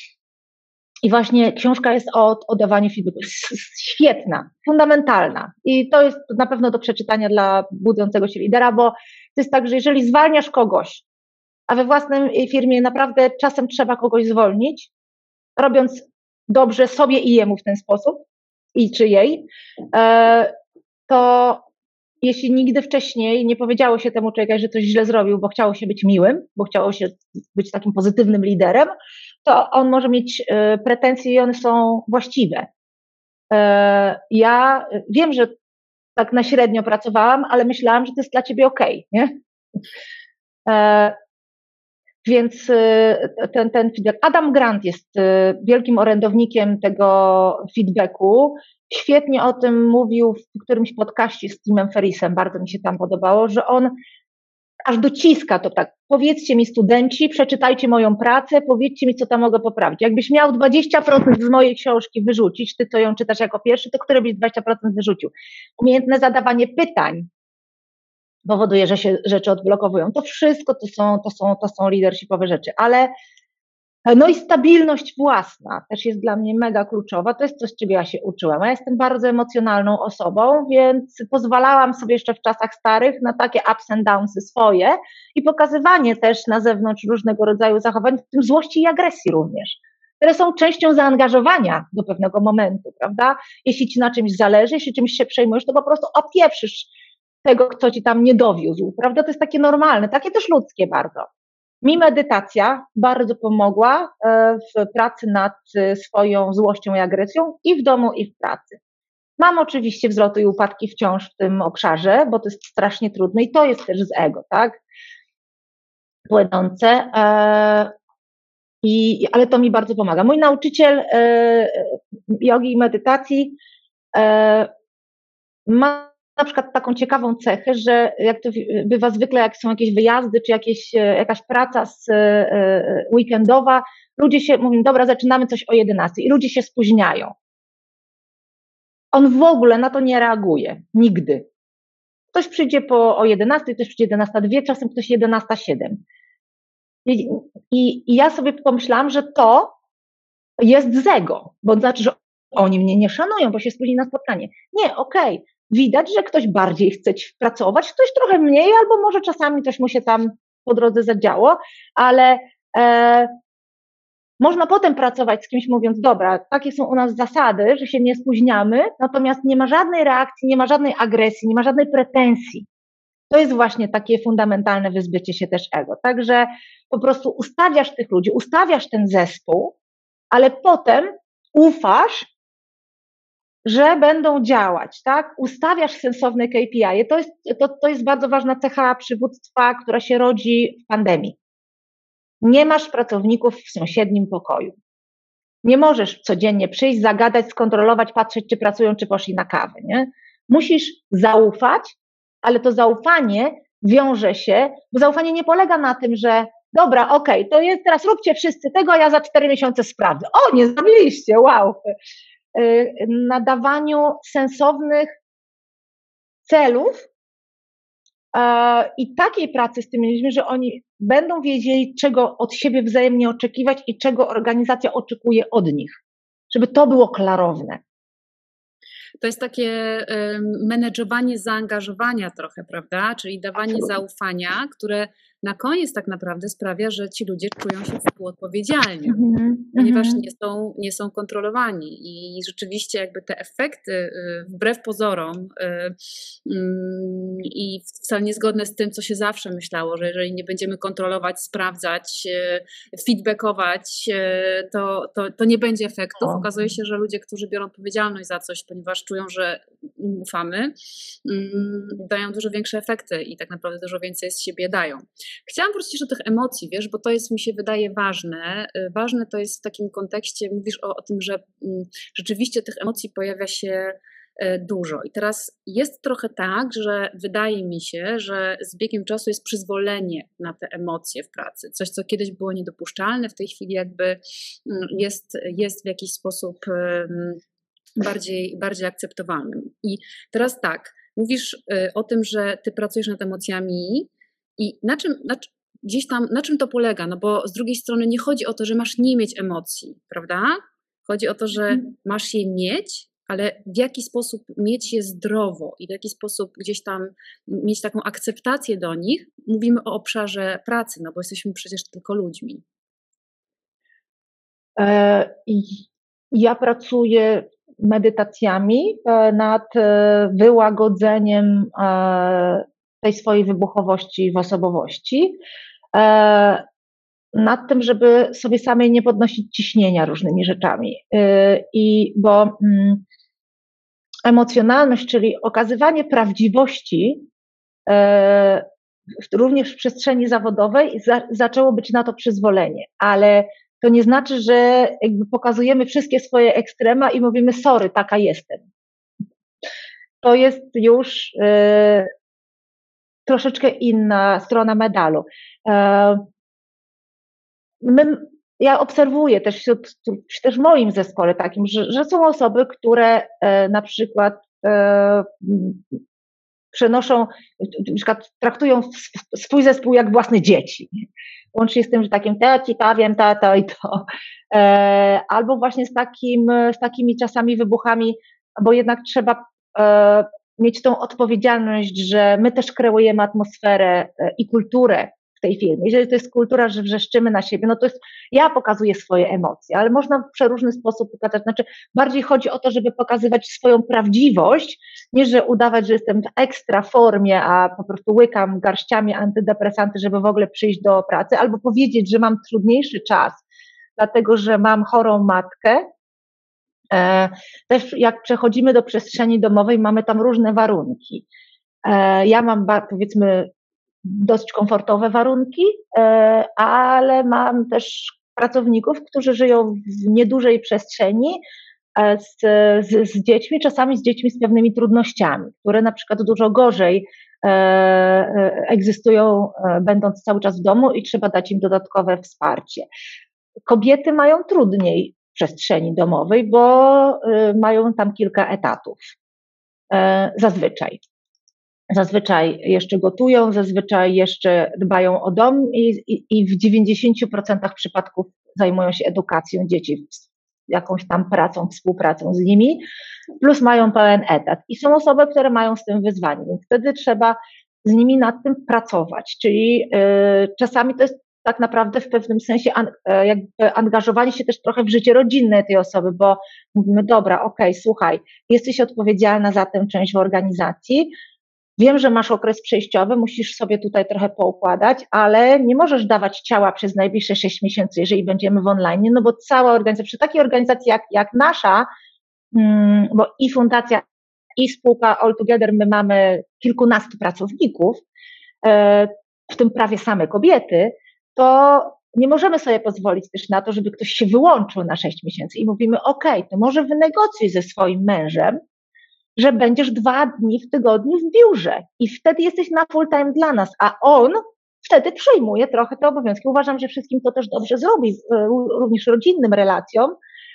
I właśnie książka jest o, o dawaniu feedbacku. Świetna, fundamentalna. I to jest na pewno do przeczytania dla budzącego się lidera, bo to jest tak, że jeżeli zwalniasz kogoś, a we własnej firmie naprawdę czasem trzeba kogoś zwolnić, robiąc dobrze sobie i jemu w ten sposób, i czy jej, to jeśli nigdy wcześniej nie powiedziało się temu człowiekowi, że coś źle zrobił, bo chciało się być miłym, bo chciało się być takim pozytywnym liderem, to on może mieć pretensje i one są właściwe. Ja wiem, że tak na średnio pracowałam, ale myślałam, że to jest dla ciebie okej, nie? Więc ten, ten feedback. Adam Grant jest wielkim orędownikiem tego feedbacku. Świetnie o tym mówił w którymś podcaście z Timem Ferrisem, bardzo mi się tam podobało, że on aż dociska to tak. Powiedzcie mi studenci, przeczytajcie moją pracę, powiedzcie mi, co tam mogę poprawić. Jakbyś miał dwadzieścia procent z mojej książki wyrzucić, ty to ją czytasz jako pierwszy, to które byś dwadzieścia procent wyrzucił? Umiejętne zadawanie pytań powoduje, że się rzeczy odblokowują. To wszystko to są, to są, to są leadershipowe rzeczy, ale no i stabilność własna też jest dla mnie mega kluczowa. To jest coś, czego ja się uczyłam. Ja jestem bardzo emocjonalną osobą, więc pozwalałam sobie jeszcze w czasach starych na takie ups and downsy swoje i pokazywanie też na zewnątrz różnego rodzaju zachowań, w tym złości i agresji również. które są częścią zaangażowania do pewnego momentu, prawda? Jeśli ci na czymś zależy, jeśli czymś się przejmujesz, to po prostu opieprzysz tego, kto ci tam nie dowiózł, prawda? To jest takie normalne, takie też ludzkie bardzo. Mi medytacja bardzo pomogła w pracy nad swoją złością i agresją i w domu, i w pracy. Mam oczywiście wzloty i upadki wciąż w tym obszarze, bo to jest strasznie trudne i to jest też z ego, tak? Płynące. I, ale to mi bardzo pomaga. Mój nauczyciel jogi i medytacji ma na przykład taką ciekawą cechę, że jak to bywa zwykle, jak są jakieś wyjazdy, czy jakieś, jakaś praca z, weekendowa, ludzie się mówią, dobra, zaczynamy coś o jedenastej i ludzie się spóźniają. On w ogóle na to nie reaguje, nigdy. Ktoś przyjdzie po, o jedenastej, ktoś przyjdzie jedenasta dwie, czasem ktoś jedenasta siedem. I, i, I ja sobie pomyślałam, że to jest z ego, bo to znaczy, że oni mnie nie szanują, bo się spóźnili na spotkanie. Nie, okej, okay. Widać, że ktoś bardziej chce pracować, ktoś trochę mniej, albo może czasami coś mu się tam po drodze zadziało, ale e, można potem pracować z kimś mówiąc, dobra, takie są u nas zasady, że się nie spóźniamy, natomiast nie ma żadnej reakcji, nie ma żadnej agresji, nie ma żadnej pretensji. To jest właśnie takie fundamentalne wyzbycie się też ego. Także po prostu ustawiasz tych ludzi, ustawiasz ten zespół, ale potem ufasz, że będą działać, tak? Ustawiasz sensowne K P I. To jest, to, to jest bardzo ważna cecha przywództwa, która się rodzi w pandemii. Nie masz pracowników w sąsiednim pokoju. Nie możesz codziennie przyjść, zagadać, skontrolować, patrzeć, czy pracują, czy poszli na kawę, nie? Musisz zaufać, ale to zaufanie wiąże się, bo zaufanie nie polega na tym, że dobra, okej, okay, to jest, teraz róbcie wszyscy tego, a ja za cztery miesiące sprawdzę. O, nie zrobiliście, wow! Nadawaniu sensownych celów i takiej pracy z tymi ludźmi, że oni będą wiedzieli, czego od siebie wzajemnie oczekiwać i czego organizacja oczekuje od nich, żeby to było klarowne. To jest takie menedżowanie zaangażowania trochę, prawda? Czyli dawanie Absolutnie. Zaufania, które na koniec tak naprawdę sprawia, że ci ludzie czują się współodpowiedzialni, mm-hmm. ponieważ nie są, nie są kontrolowani i rzeczywiście jakby te efekty wbrew pozorom i wcale niezgodne z tym, co się zawsze myślało, że jeżeli nie będziemy kontrolować, sprawdzać, feedbackować, to, to, to nie będzie efektów. O. Okazuje się, że ludzie, którzy biorą odpowiedzialność za coś, ponieważ czują, że im ufamy, dają dużo większe efekty i tak naprawdę dużo więcej z siebie dają. Chciałam wrócić do tych emocji, wiesz, bo to jest, mi się wydaje, ważne. Ważne to jest w takim kontekście, mówisz o, o tym, że rzeczywiście tych emocji pojawia się dużo. I teraz jest trochę tak, że wydaje mi się, że z biegiem czasu jest przyzwolenie na te emocje w pracy. Coś, co kiedyś było niedopuszczalne, w tej chwili jakby jest, jest w jakiś sposób bardziej, bardziej akceptowalnym. I teraz tak, mówisz o tym, że ty pracujesz nad emocjami i na czym, na, gdzieś tam, na czym to polega? No bo z drugiej strony nie chodzi o to, że masz nie mieć emocji, prawda? Chodzi o to, że masz je mieć, ale w jaki sposób mieć je zdrowo i w jaki sposób gdzieś tam mieć taką akceptację do nich. Mówimy o obszarze pracy, no bo jesteśmy przecież tylko ludźmi. E, ja pracuję medytacjami nad wyłagodzeniem tej swojej wybuchowości w osobowości, nad tym, żeby sobie samej nie podnosić ciśnienia różnymi rzeczami. I bo emocjonalność, czyli okazywanie prawdziwości również w przestrzeni zawodowej za, zaczęło być na to przyzwolenie, ale to nie znaczy, że jakby pokazujemy wszystkie swoje ekstrema i mówimy sorry, taka jestem. To jest już y, troszeczkę inna strona medalu. Y, my, ja obserwuję też wśród, też w moim zespole takim, że, że są osoby, które y, na przykład y, przenoszą, na przykład traktują swój zespół jak własne dzieci. Łącznie z tym, że takim te ci powiem to, to i to. E, albo właśnie z, takim, z takimi czasami wybuchami, bo jednak trzeba e, mieć tą odpowiedzialność, że my też kreujemy atmosferę e, i kulturę tej firmie. Jeżeli to jest kultura, że wrzeszczymy na siebie, no to jest, ja pokazuję swoje emocje, ale można w przeróżny sposób pokazać, znaczy bardziej chodzi o to, żeby pokazywać swoją prawdziwość, nie że udawać, że jestem w ekstra formie, a po prostu łykam garściami antydepresanty, żeby w ogóle przyjść do pracy, albo powiedzieć, że mam trudniejszy czas, dlatego że mam chorą matkę. Też jak przechodzimy do przestrzeni domowej, mamy tam różne warunki. Ja mam, powiedzmy, dość komfortowe warunki, ale mam też pracowników, którzy żyją w niedużej przestrzeni z, z, z dziećmi, czasami z dziećmi z pewnymi trudnościami, które na przykład dużo gorzej egzystują, będąc cały czas w domu i trzeba dać im dodatkowe wsparcie. Kobiety mają trudniej w przestrzeni domowej, bo mają tam kilka etatów. Zazwyczaj. Zazwyczaj jeszcze gotują, zazwyczaj jeszcze dbają o dom i, i, i w dziewięćdziesięciu procentach przypadków zajmują się edukacją dzieci, jakąś tam pracą, współpracą z nimi, plus mają pełen etat. I są osoby, które mają z tym wyzwanie, więc wtedy trzeba z nimi nad tym pracować, czyli yy, czasami to jest tak naprawdę w pewnym sensie an, jakby angażowanie się też trochę w życie rodzinne tej osoby, bo mówimy, dobra, okej, okay, słuchaj, jesteś odpowiedzialna za tę część w organizacji, wiem, że masz okres przejściowy, musisz sobie tutaj trochę poukładać, ale nie możesz dawać ciała przez najbliższe sześć miesięcy, jeżeli będziemy w online, no bo cała organizacja, przy takiej organizacji jak, jak nasza, bo i fundacja, i spółka All Together, my mamy kilkunastu pracowników, w tym prawie same kobiety, to nie możemy sobie pozwolić też na to, żeby ktoś się wyłączył na sześć miesięcy i mówimy, okej, okay, to może wynegocjuj ze swoim mężem, że będziesz dwa dni w tygodniu w biurze i wtedy jesteś na full time dla nas, a on wtedy przejmuje trochę te obowiązki. Uważam, że wszystkim to też dobrze zrobi, również rodzinnym relacjom,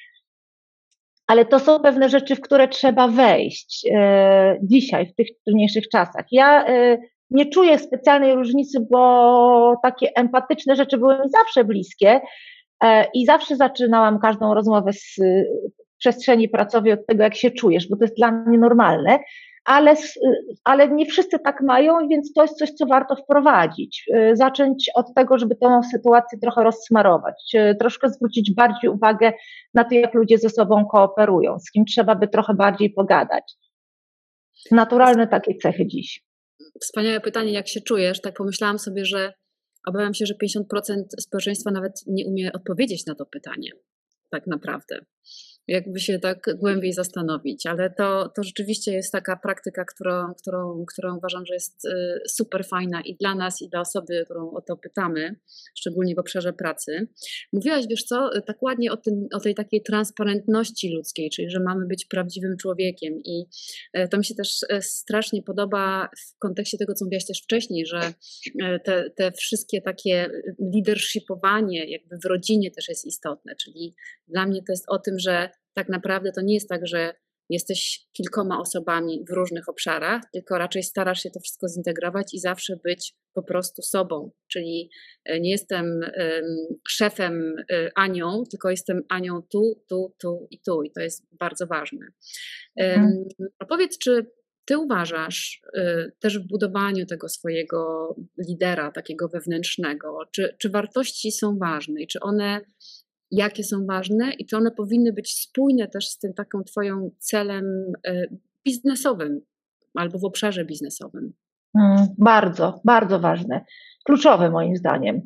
ale to są pewne rzeczy, w które trzeba wejść e, dzisiaj, w tych trudniejszych czasach. Ja e, nie czuję specjalnej różnicy, bo takie empatyczne rzeczy były mi zawsze bliskie e, i zawsze zaczynałam każdą rozmowę z przestrzeni pracowej od tego, jak się czujesz, bo to jest dla mnie normalne, ale, ale nie wszyscy tak mają, więc to jest coś, co warto wprowadzić. Zacząć od tego, żeby tę sytuację trochę rozsmarować, troszkę zwrócić bardziej uwagę na to, jak ludzie ze sobą kooperują, z kim trzeba by trochę bardziej pogadać. Naturalne takie cechy dziś. Wspaniałe pytanie, jak się czujesz? Tak pomyślałam sobie, że obawiam się, że pięćdziesiąt procent społeczeństwa nawet nie umie odpowiedzieć na to pytanie, tak naprawdę. Jakby się tak głębiej zastanowić, ale to, to rzeczywiście jest taka praktyka, którą, którą, którą uważam, że jest super fajna i dla nas, i dla osoby, którą o to pytamy, szczególnie w obszarze pracy. Mówiłaś, wiesz co, tak ładnie o, tym, o tej takiej transparentności ludzkiej, czyli że mamy być prawdziwym człowiekiem i to mi się też strasznie podoba w kontekście tego, co mówiłaś też wcześniej, że te, te wszystkie takie leadershipowanie jakby w rodzinie też jest istotne, czyli dla mnie to jest o tym, że tak naprawdę to nie jest tak, że jesteś kilkoma osobami w różnych obszarach, tylko raczej starasz się to wszystko zintegrować i zawsze być po prostu sobą. Czyli nie jestem um, szefem um, Anią, tylko jestem Anią tu, tu, tu i tu. I to jest bardzo ważne. Um, mhm. A powiedz, czy ty uważasz um, też w budowaniu tego swojego lidera, takiego wewnętrznego, czy, czy wartości są ważne i czy one jakie są ważne i czy one powinny być spójne też z tym taką twoją celem biznesowym albo w obszarze biznesowym? Hmm, bardzo, bardzo ważne. Kluczowe moim zdaniem.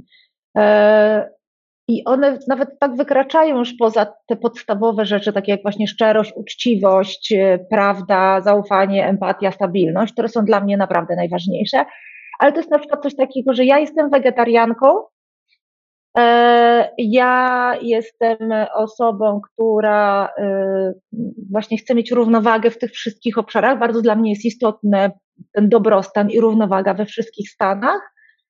I one nawet tak wykraczają już poza te podstawowe rzeczy, takie jak właśnie szczerość, uczciwość, prawda, zaufanie, empatia, stabilność, które są dla mnie naprawdę najważniejsze. Ale to jest na przykład coś takiego, że ja jestem wegetarianką. Ja jestem osobą, która właśnie chce mieć równowagę w tych wszystkich obszarach. Bardzo dla mnie jest istotny ten dobrostan i równowaga we wszystkich stanach.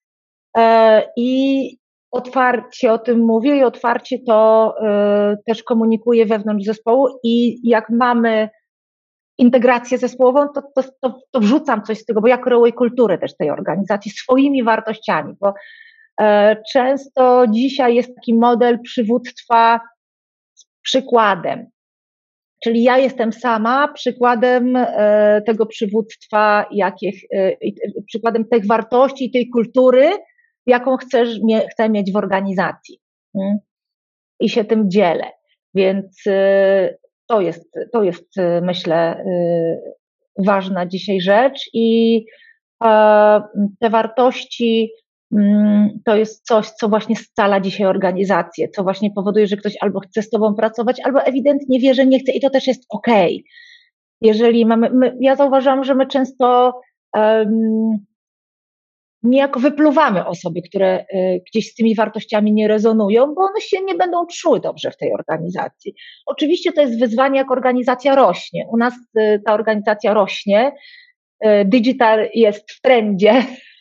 I otwarcie o tym mówię i otwarcie to też komunikuję wewnątrz zespołu. I jak mamy integrację zespołową, to, to, to, to wrzucam coś z tego, bo ja kreuję kulturę też tej organizacji swoimi wartościami, bo często dzisiaj jest taki model przywództwa z przykładem, czyli ja jestem sama przykładem tego przywództwa, jakich, przykładem tych wartości i tej kultury, jaką chcesz, mie, chcę mieć w organizacji. Hmm? I się tym dzielę. Więc y, to jest, to jest y, myślę, y, ważna dzisiaj rzecz i y, te wartości y, to jest coś, co właśnie scala dzisiaj organizację, co właśnie powoduje, że ktoś albo chce z tobą pracować, albo ewidentnie wie, że nie chce i to też jest okej. Okay. Jeżeli mamy, my, ja zauważam, że my często um, niejako wypluwamy osoby, które y, gdzieś z tymi wartościami nie rezonują, bo one się nie będą czuły dobrze w tej organizacji. Oczywiście to jest wyzwanie, jak organizacja rośnie. U nas y, ta organizacja rośnie, y, digital jest w trendzie,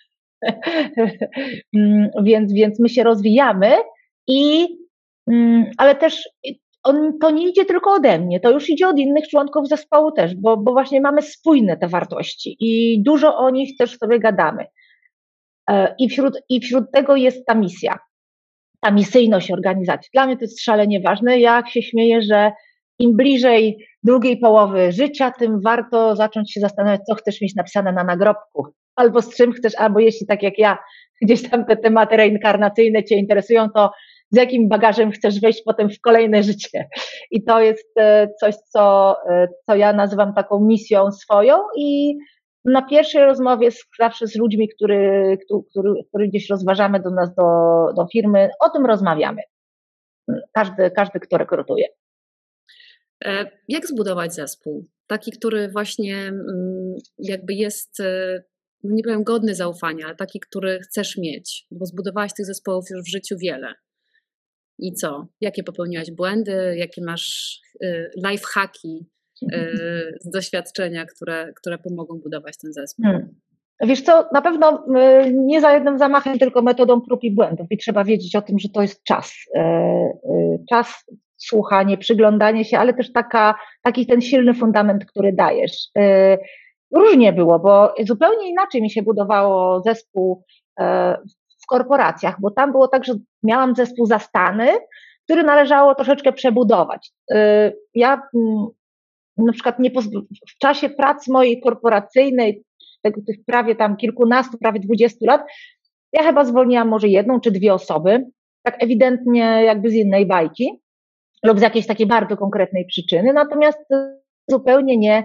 więc, więc my się rozwijamy, i, y, ale też on, to nie idzie tylko ode mnie, to już idzie od innych członków zespołu też, bo, bo właśnie mamy spójne te wartości i dużo o nich też sobie gadamy. I wśród, I wśród tego jest ta misja, ta misyjność organizacji. Dla mnie to jest szalenie ważne. Ja jak się śmieję, że im bliżej drugiej połowy życia, tym warto zacząć się zastanawiać, co chcesz mieć napisane na nagrobku, albo z czym chcesz, albo jeśli tak jak ja, gdzieś tam te tematy reinkarnacyjne cię interesują, to z jakim bagażem chcesz wejść potem w kolejne życie. I to jest coś, co, co ja nazywam taką misją swoją, i na pierwszej rozmowie z, zawsze z ludźmi, który, który, który gdzieś rozważamy do nas, do, do firmy, o tym rozmawiamy. Każdy, każdy, kto rekrutuje. Jak zbudować zespół? Taki, który właśnie jakby jest, nie powiem godny zaufania, ale taki, który chcesz mieć, bo zbudowałaś tych zespołów już w życiu wiele. I co? Jakie popełniłaś błędy? Jakie masz lifehacki z doświadczenia, które, które pomogą budować ten zespół? Hmm. Wiesz co, na pewno nie za jednym zamachem, tylko metodą prób i błędów, i trzeba wiedzieć o tym, że to jest czas. Czas, słuchanie, przyglądanie się, ale też taka, taki ten silny fundament, który dajesz. Różnie było, bo zupełnie inaczej mi się budowało zespół w korporacjach, bo tam było tak, że miałam zespół zastany, który należało troszeczkę przebudować. Ja na przykład nie pozb- w czasie pracy mojej korporacyjnej, tego, tych prawie tam kilkunastu, prawie dwudziestu lat, ja chyba zwolniłam może jedną czy dwie osoby, tak ewidentnie jakby z innej bajki lub z jakiejś takiej bardzo konkretnej przyczyny, natomiast zupełnie nie,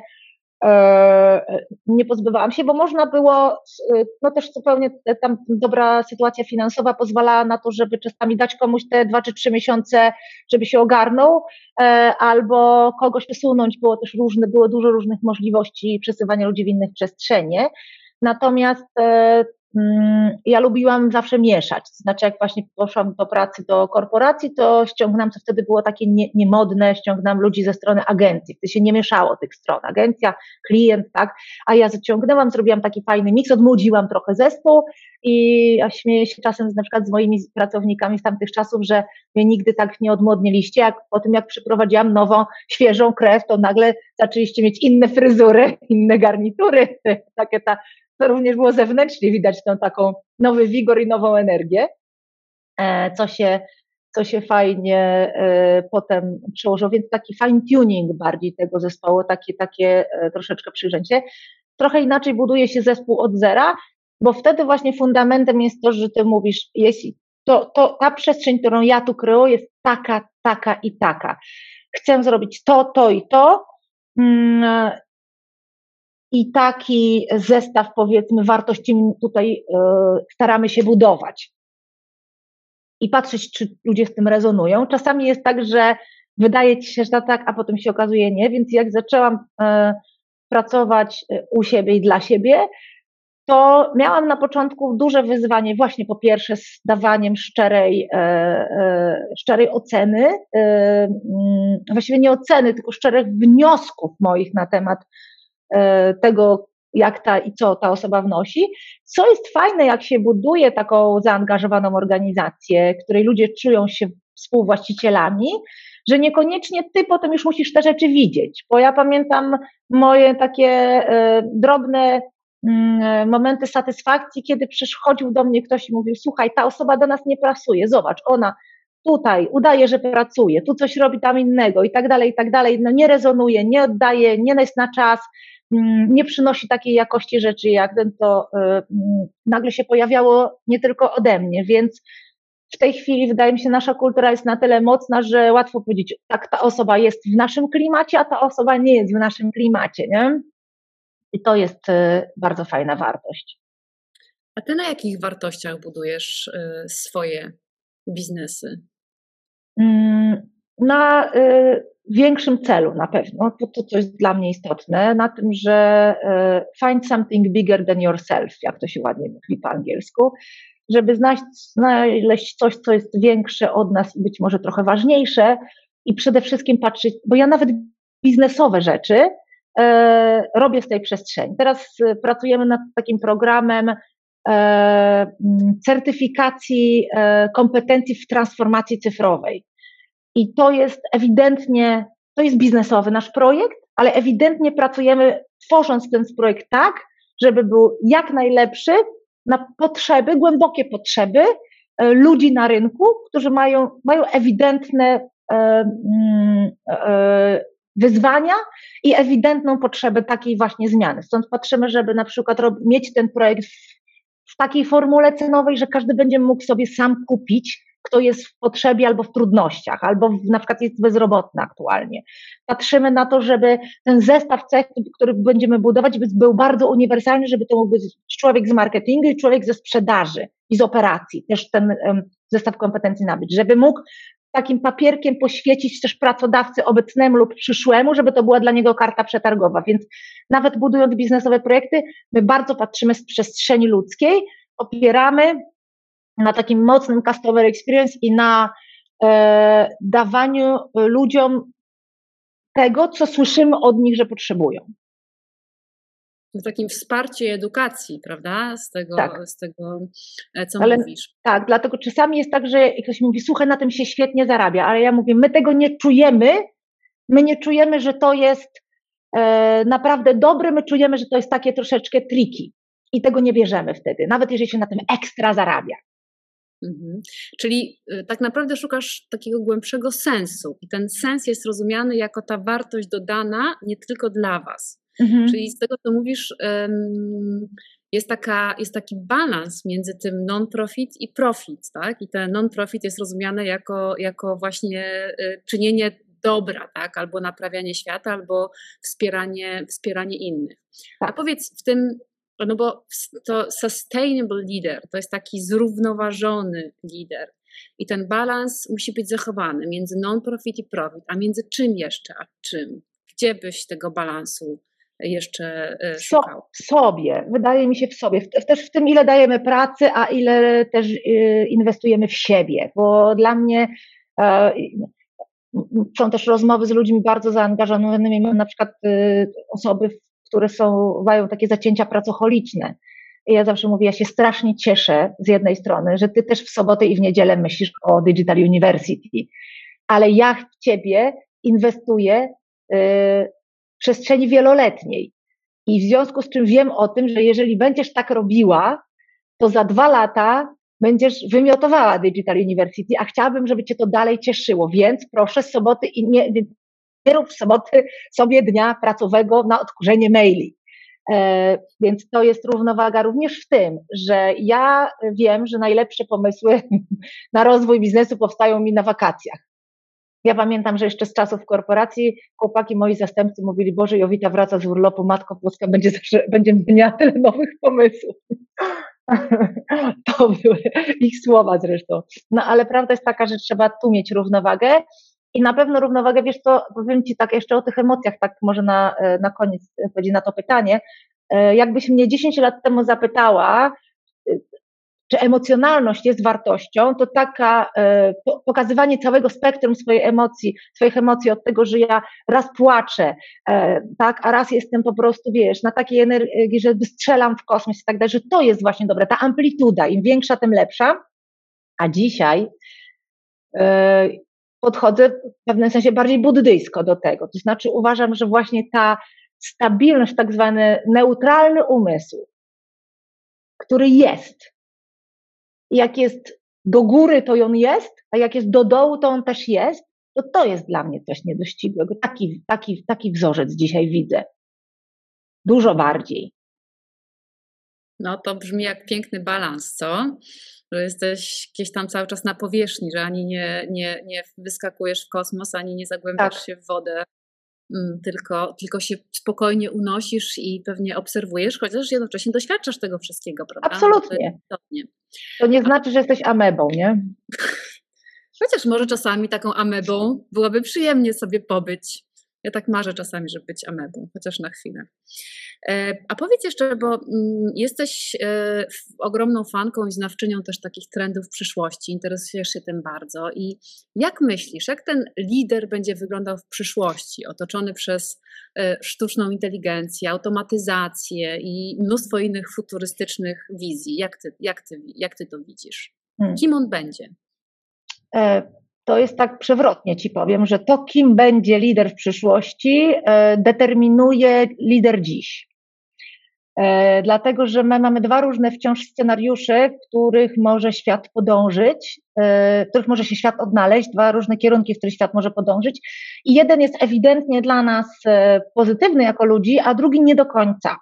nie pozbywałam się, bo można było, no też zupełnie tam dobra sytuacja finansowa pozwalała na to, żeby czasami dać komuś te dwa czy trzy miesiące, żeby się ogarnął, albo kogoś przesunąć, było też różne, było dużo różnych możliwości przesuwania ludzi w innych przestrzenie. Natomiast ja lubiłam zawsze mieszać, to znaczy jak właśnie poszłam do pracy do korporacji, to ściągnęłam, co wtedy było takie nie, niemodne, ściągnęłam ludzi ze strony agencji, wtedy się nie mieszało tych stron, agencja, klient, tak, a ja zaciągnęłam, zrobiłam taki fajny miks, odmłodziłam trochę zespół i ja śmieję się czasem na przykład z moimi pracownikami z tamtych czasów, że mnie nigdy tak nie odmłodniliście, jak po tym jak przyprowadziłam nową, świeżą krew, to nagle zaczęliście mieć inne fryzury, inne garnitury, takie ta to również było zewnętrznie widać tą taką nowy wigor i nową energię, co się, co się fajnie potem przełożyło, więc taki fine tuning bardziej tego zespołu, takie, takie troszeczkę przyjrzenie. Trochę inaczej buduje się zespół od zera, bo wtedy właśnie fundamentem jest to, że ty mówisz, jeśli to, to ta przestrzeń, którą ja tu kreuję, jest taka, taka i taka. Chcę zrobić to, to i to, i taki zestaw, powiedzmy, wartości tutaj y, staramy się budować i patrzeć, czy ludzie z tym rezonują. Czasami jest tak, że wydaje ci się, że tak, a potem się okazuje nie, więc jak zaczęłam y, pracować u siebie i dla siebie, to miałam na początku duże wyzwanie właśnie po pierwsze z dawaniem szczerej, y, y, szczerej oceny, y, y, właściwie nie oceny, tylko szczerych wniosków moich na temat tego, jak ta i co ta osoba wnosi. Co jest fajne, jak się buduje taką zaangażowaną organizację, której ludzie czują się współwłaścicielami, że niekoniecznie ty potem już musisz te rzeczy widzieć, bo ja pamiętam moje takie e, drobne mm, momenty satysfakcji, kiedy przychodził do mnie ktoś i mówił, słuchaj, ta osoba do nas nie pracuje, zobacz, ona tutaj udaje, że pracuje, tu coś robi tam innego i tak dalej, i tak dalej, no nie rezonuje, nie oddaje, nie jest na czas, nie przynosi takiej jakości rzeczy jak ten, to nagle się pojawiało nie tylko ode mnie, więc w tej chwili wydaje mi się, nasza kultura jest na tyle mocna, że łatwo powiedzieć, tak, ta osoba jest w naszym klimacie, a ta osoba nie jest w naszym klimacie, nie? I to jest bardzo fajna wartość. A ty na jakich wartościach budujesz swoje biznesy? Na y, większym celu na pewno, to, to co jest dla mnie istotne, na tym, że y, find something bigger than yourself, jak to się ładnie mówi po angielsku, żeby znaleźć, znaleźć coś, co jest większe od nas i być może trochę ważniejsze i przede wszystkim patrzeć, bo ja nawet biznesowe rzeczy y, robię z tej przestrzeni. Teraz y, pracujemy nad takim programem certyfikacji kompetencji w transformacji cyfrowej. I to jest ewidentnie, to jest biznesowy nasz projekt, ale ewidentnie pracujemy, tworząc ten projekt tak, żeby był jak najlepszy na potrzeby, głębokie potrzeby ludzi na rynku, którzy mają, mają ewidentne e, e, wyzwania i ewidentną potrzebę takiej właśnie zmiany. Stąd patrzymy, żeby na przykład mieć ten projekt w w takiej formule cenowej, że każdy będzie mógł sobie sam kupić, kto jest w potrzebie albo w trudnościach, albo w, na przykład jest bezrobotny aktualnie. Patrzymy na to, żeby ten zestaw cech, który będziemy budować, był bardzo uniwersalny, żeby to mógł być człowiek z marketingu i człowiek ze sprzedaży i z operacji, też ten um, zestaw kompetencji nabyć, żeby mógł takim papierkiem poświecić też pracodawcy obecnemu lub przyszłemu, żeby to była dla niego karta przetargowa. Więc nawet budując biznesowe projekty, my bardzo patrzymy z przestrzeni ludzkiej, opieramy na takim mocnym customer experience i na e, dawaniu ludziom tego, co słyszymy od nich, że potrzebują. W takim wsparciu edukacji, prawda? Z tego, tak. z tego co ale, mówisz. Tak, dlatego czasami jest tak, że ktoś mówi, słuchaj, na tym się świetnie zarabia, ale ja mówię, my tego nie czujemy, my nie czujemy, że to jest e, naprawdę dobre, my czujemy, że to jest takie troszeczkę tricky i tego nie bierzemy wtedy, nawet jeżeli się na tym ekstra zarabia. Mhm. Czyli y, tak naprawdę szukasz takiego głębszego sensu i ten sens jest rozumiany jako ta wartość dodana nie tylko dla was. Mhm. Czyli z tego, co mówisz, ym, jest, taka, jest taki balans między tym non-profit i profit, tak? I ten non-profit jest rozumiany jako, jako właśnie y, czynienie dobra, tak? Albo naprawianie świata, albo wspieranie, wspieranie innych. A powiedz w tym, no bo to sustainable leader to jest taki zrównoważony lider i ten balans musi być zachowany między non-profit i profit, a między czym jeszcze, a czym? Gdzie byś tego balansu jeszcze szukał? W sobie, wydaje mi się w sobie, też w tym, ile dajemy pracy, a ile też inwestujemy w siebie, bo dla mnie e, są też rozmowy z ludźmi bardzo zaangażowanymi, mam na przykład e, osoby, które są, mają takie zacięcia pracocholiczne. I ja zawsze mówię, ja się strasznie cieszę z jednej strony, że ty też w sobotę i w niedzielę myślisz o Digital University, ale ja w ciebie inwestuję w przestrzeni wieloletniej. I w związku z czym wiem o tym, że jeżeli będziesz tak robiła, to za dwa lata będziesz wymiotowała Digital University, a chciałabym, żeby cię to dalej cieszyło, więc proszę z soboty i nie, nie rób w soboty sobie dnia pracowego na odkurzenie maili. E, więc to jest równowaga również w tym, że ja wiem, że najlepsze pomysły na rozwój biznesu powstają mi na wakacjach. Ja pamiętam, że jeszcze z czasów korporacji chłopaki, moi zastępcy mówili, Boże, Jowita wraca z urlopu, Matko Boska będzie zawsze, będzie miała tyle nowych pomysłów. To były ich słowa zresztą. No ale prawda jest taka, że trzeba tu mieć równowagę i na pewno równowagę, wiesz co, powiem Ci tak jeszcze o tych emocjach, tak może na, na koniec odpowiedzi na to pytanie. Jakbyś mnie dziesięć lat temu zapytała, czy emocjonalność jest wartością, to taka e, pokazywanie całego spektrum swojej emocji, swoich emocji od tego, że ja raz płaczę, e, tak, a raz jestem po prostu, wiesz, na takiej energii, że strzelam w kosmos i tak dalej, że to jest właśnie dobre, ta amplituda, im większa, tym lepsza, a dzisiaj e, podchodzę w pewnym sensie bardziej buddyjsko do tego, to znaczy uważam, że właśnie ta stabilność, tak zwany neutralny umysł, który jest, jak jest do góry, to on jest, a jak jest do dołu, to on też jest, to to jest dla mnie coś niedościgłego. Taki, taki, taki wzorzec dzisiaj widzę. dużo bardziej. No to brzmi jak piękny balans, co? Że jesteś gdzieś tam cały czas na powierzchni, że ani nie, nie, nie wyskakujesz w kosmos, ani nie zagłębiasz Tak. się w wodę, tylko, tylko się spokojnie unosisz i pewnie obserwujesz, chociaż jednocześnie doświadczasz tego wszystkiego, prawda? Absolutnie. To, to nie znaczy, że jesteś amebą, nie? Chociaż może czasami taką amebą byłoby przyjemnie sobie pobyć. Ja tak marzę czasami, żeby być amebą, chociaż na chwilę. A powiedz jeszcze, bo jesteś ogromną fanką i znawczynią też takich trendów przyszłości, interesujesz się tym bardzo i jak myślisz, jak ten lider będzie wyglądał w przyszłości, otoczony przez sztuczną inteligencję, automatyzację i mnóstwo innych futurystycznych wizji? Jak ty, jak ty, jak ty to widzisz? Hmm. Kim on będzie? To jest tak przewrotnie ci powiem, że to, kim będzie lider w przyszłości, determinuje lider dziś. Dlatego, że my mamy dwa różne wciąż scenariusze, w których może świat podążyć, w których może się świat odnaleźć, dwa różne kierunki, w których świat może podążyć. I jeden jest ewidentnie dla nas pozytywny jako ludzi, a drugi nie do końca.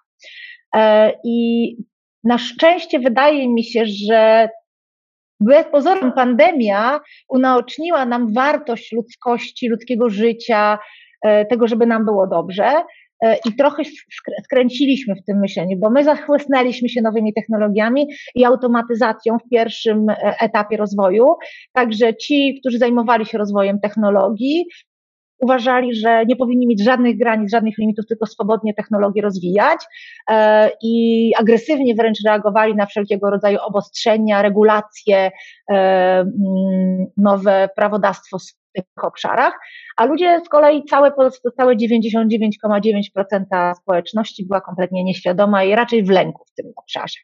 I na szczęście wydaje mi się, że wbrew pozorom pandemia unaoczniła nam wartość ludzkości, ludzkiego życia, tego, żeby nam było dobrze i trochę skręciliśmy w tym myśleniu, bo my zachłysnęliśmy się nowymi technologiami i automatyzacją w pierwszym etapie rozwoju, także ci, którzy zajmowali się rozwojem technologii, uważali, że nie powinni mieć żadnych granic, żadnych limitów, tylko swobodnie technologię rozwijać e, i agresywnie wręcz reagowali na wszelkiego rodzaju obostrzenia, regulacje, e, nowe prawodawstwo w tych obszarach, a ludzie z kolei, całe, całe dziewięćdziesiąt dziewięć przecinek dziewięć procent społeczności była kompletnie nieświadoma i raczej w lęku w tym obszarze.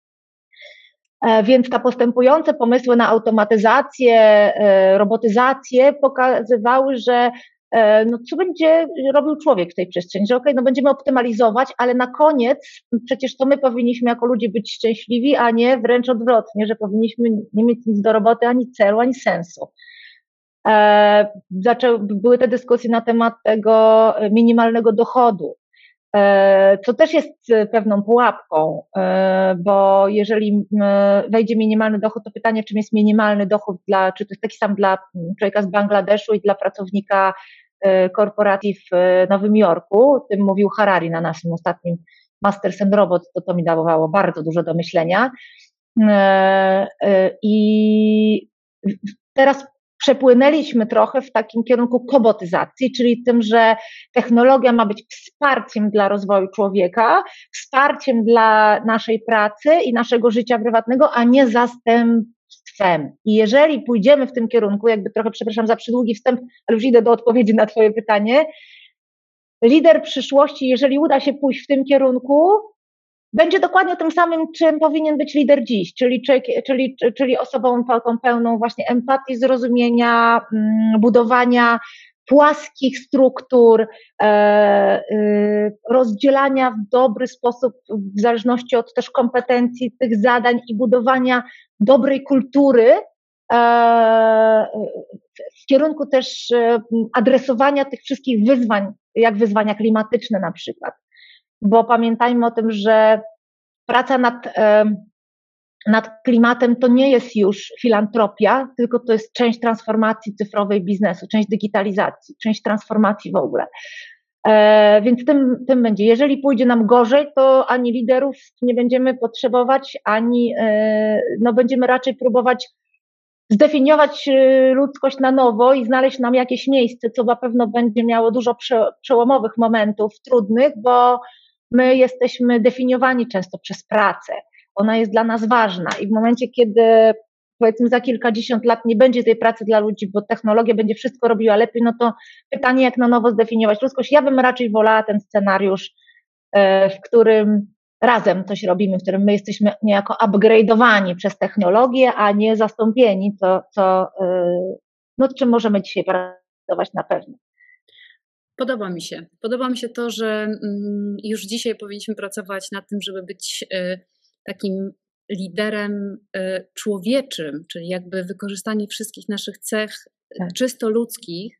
E, więc te postępujące pomysły na automatyzację, e, robotyzację pokazywały, że no co będzie robił człowiek w tej przestrzeni, że okej, okay, no będziemy optymalizować, ale na koniec przecież to my powinniśmy jako ludzie być szczęśliwi, a nie wręcz odwrotnie, że powinniśmy nie mieć nic do roboty, ani celu, ani sensu. E, zaczęły, były te dyskusje na temat tego minimalnego dochodu, e, co też jest pewną pułapką, e, bo jeżeli wejdzie minimalny dochód, to pytanie, czym jest minimalny dochód dla, czy to jest taki sam dla człowieka z Bangladeszu i dla pracownika korporacji w Nowym Jorku. O tym mówił Harari na naszym ostatnim Masters and Robots, to to mi dawało bardzo dużo do myślenia. I teraz przepłynęliśmy trochę w takim kierunku kobotyzacji, czyli tym, że technologia ma być wsparciem dla rozwoju człowieka, wsparciem dla naszej pracy i naszego życia prywatnego, a nie zastępstwem. I jeżeli pójdziemy w tym kierunku, jakby trochę, przepraszam za przydługi wstęp, ale już idę do odpowiedzi na twoje pytanie, lider przyszłości, jeżeli uda się pójść w tym kierunku, będzie dokładnie tym samym, czym powinien być lider dziś, czyli, czyli, czyli osobą pełną właśnie empatii, zrozumienia, budowania płaskich struktur, e, e, rozdzielania w dobry sposób w zależności od też kompetencji tych zadań i budowania dobrej kultury e, w kierunku też adresowania tych wszystkich wyzwań, jak wyzwania klimatyczne na przykład. Bo pamiętajmy o tym, że praca nad, nad klimatem to nie jest już filantropia, tylko to jest część transformacji cyfrowej biznesu, część digitalizacji, część transformacji w ogóle. E, więc tym, tym będzie. Jeżeli pójdzie nam gorzej, to ani liderów nie będziemy potrzebować, ani e, no będziemy raczej próbować zdefiniować ludzkość na nowo i znaleźć nam jakieś miejsce, co na pewno będzie miało dużo prze, przełomowych momentów trudnych, bo my jesteśmy definiowani często przez pracę. Ona jest dla nas ważna i w momencie, kiedy powiedzmy za kilkadziesiąt lat nie będzie tej pracy dla ludzi, bo technologia będzie wszystko robiła lepiej, no to pytanie, jak na nowo zdefiniować ludzkość. Ja bym raczej wolała ten scenariusz, w którym razem coś robimy, w którym my jesteśmy niejako upgrade'owani przez technologię, a nie zastąpieni, co, co, no, czym możemy dzisiaj pracować na pewno. Podoba mi się. Podoba mi się to, że już dzisiaj powinniśmy pracować nad tym, żeby być takim liderem człowieczym, czyli jakby wykorzystanie wszystkich naszych cech czysto ludzkich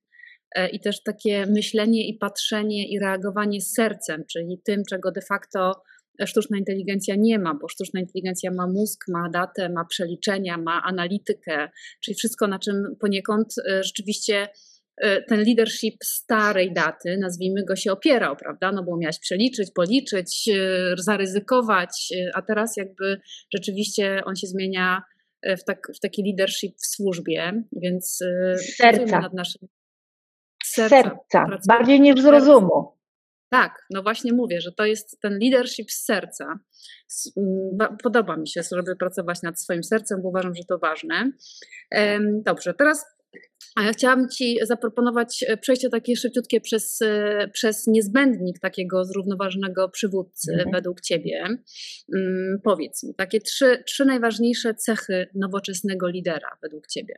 i też takie myślenie i patrzenie i reagowanie sercem, czyli tym, czego de facto sztuczna inteligencja nie ma, bo sztuczna inteligencja ma mózg, ma datę, ma przeliczenia, ma analitykę, czyli wszystko, na czym poniekąd rzeczywiście ten leadership starej daty, nazwijmy go, się opierał, prawda? No bo miałaś przeliczyć, policzyć, zaryzykować, a teraz jakby rzeczywiście on się zmienia w, tak, w taki leadership w służbie, więc pracujemy nad naszym serca, serca. bardziej niż z rozumu. Tak, no właśnie mówię, że to jest ten leadership z serca. Podoba mi się, żeby pracować nad swoim sercem, bo uważam, że to ważne. Dobrze, teraz ja chciałam Ci zaproponować przejście takie szybciutkie przez, przez niezbędnik takiego zrównoważonego przywódcy mhm. według Ciebie. Powiedz mi, takie trzy, trzy najważniejsze cechy nowoczesnego lidera według Ciebie.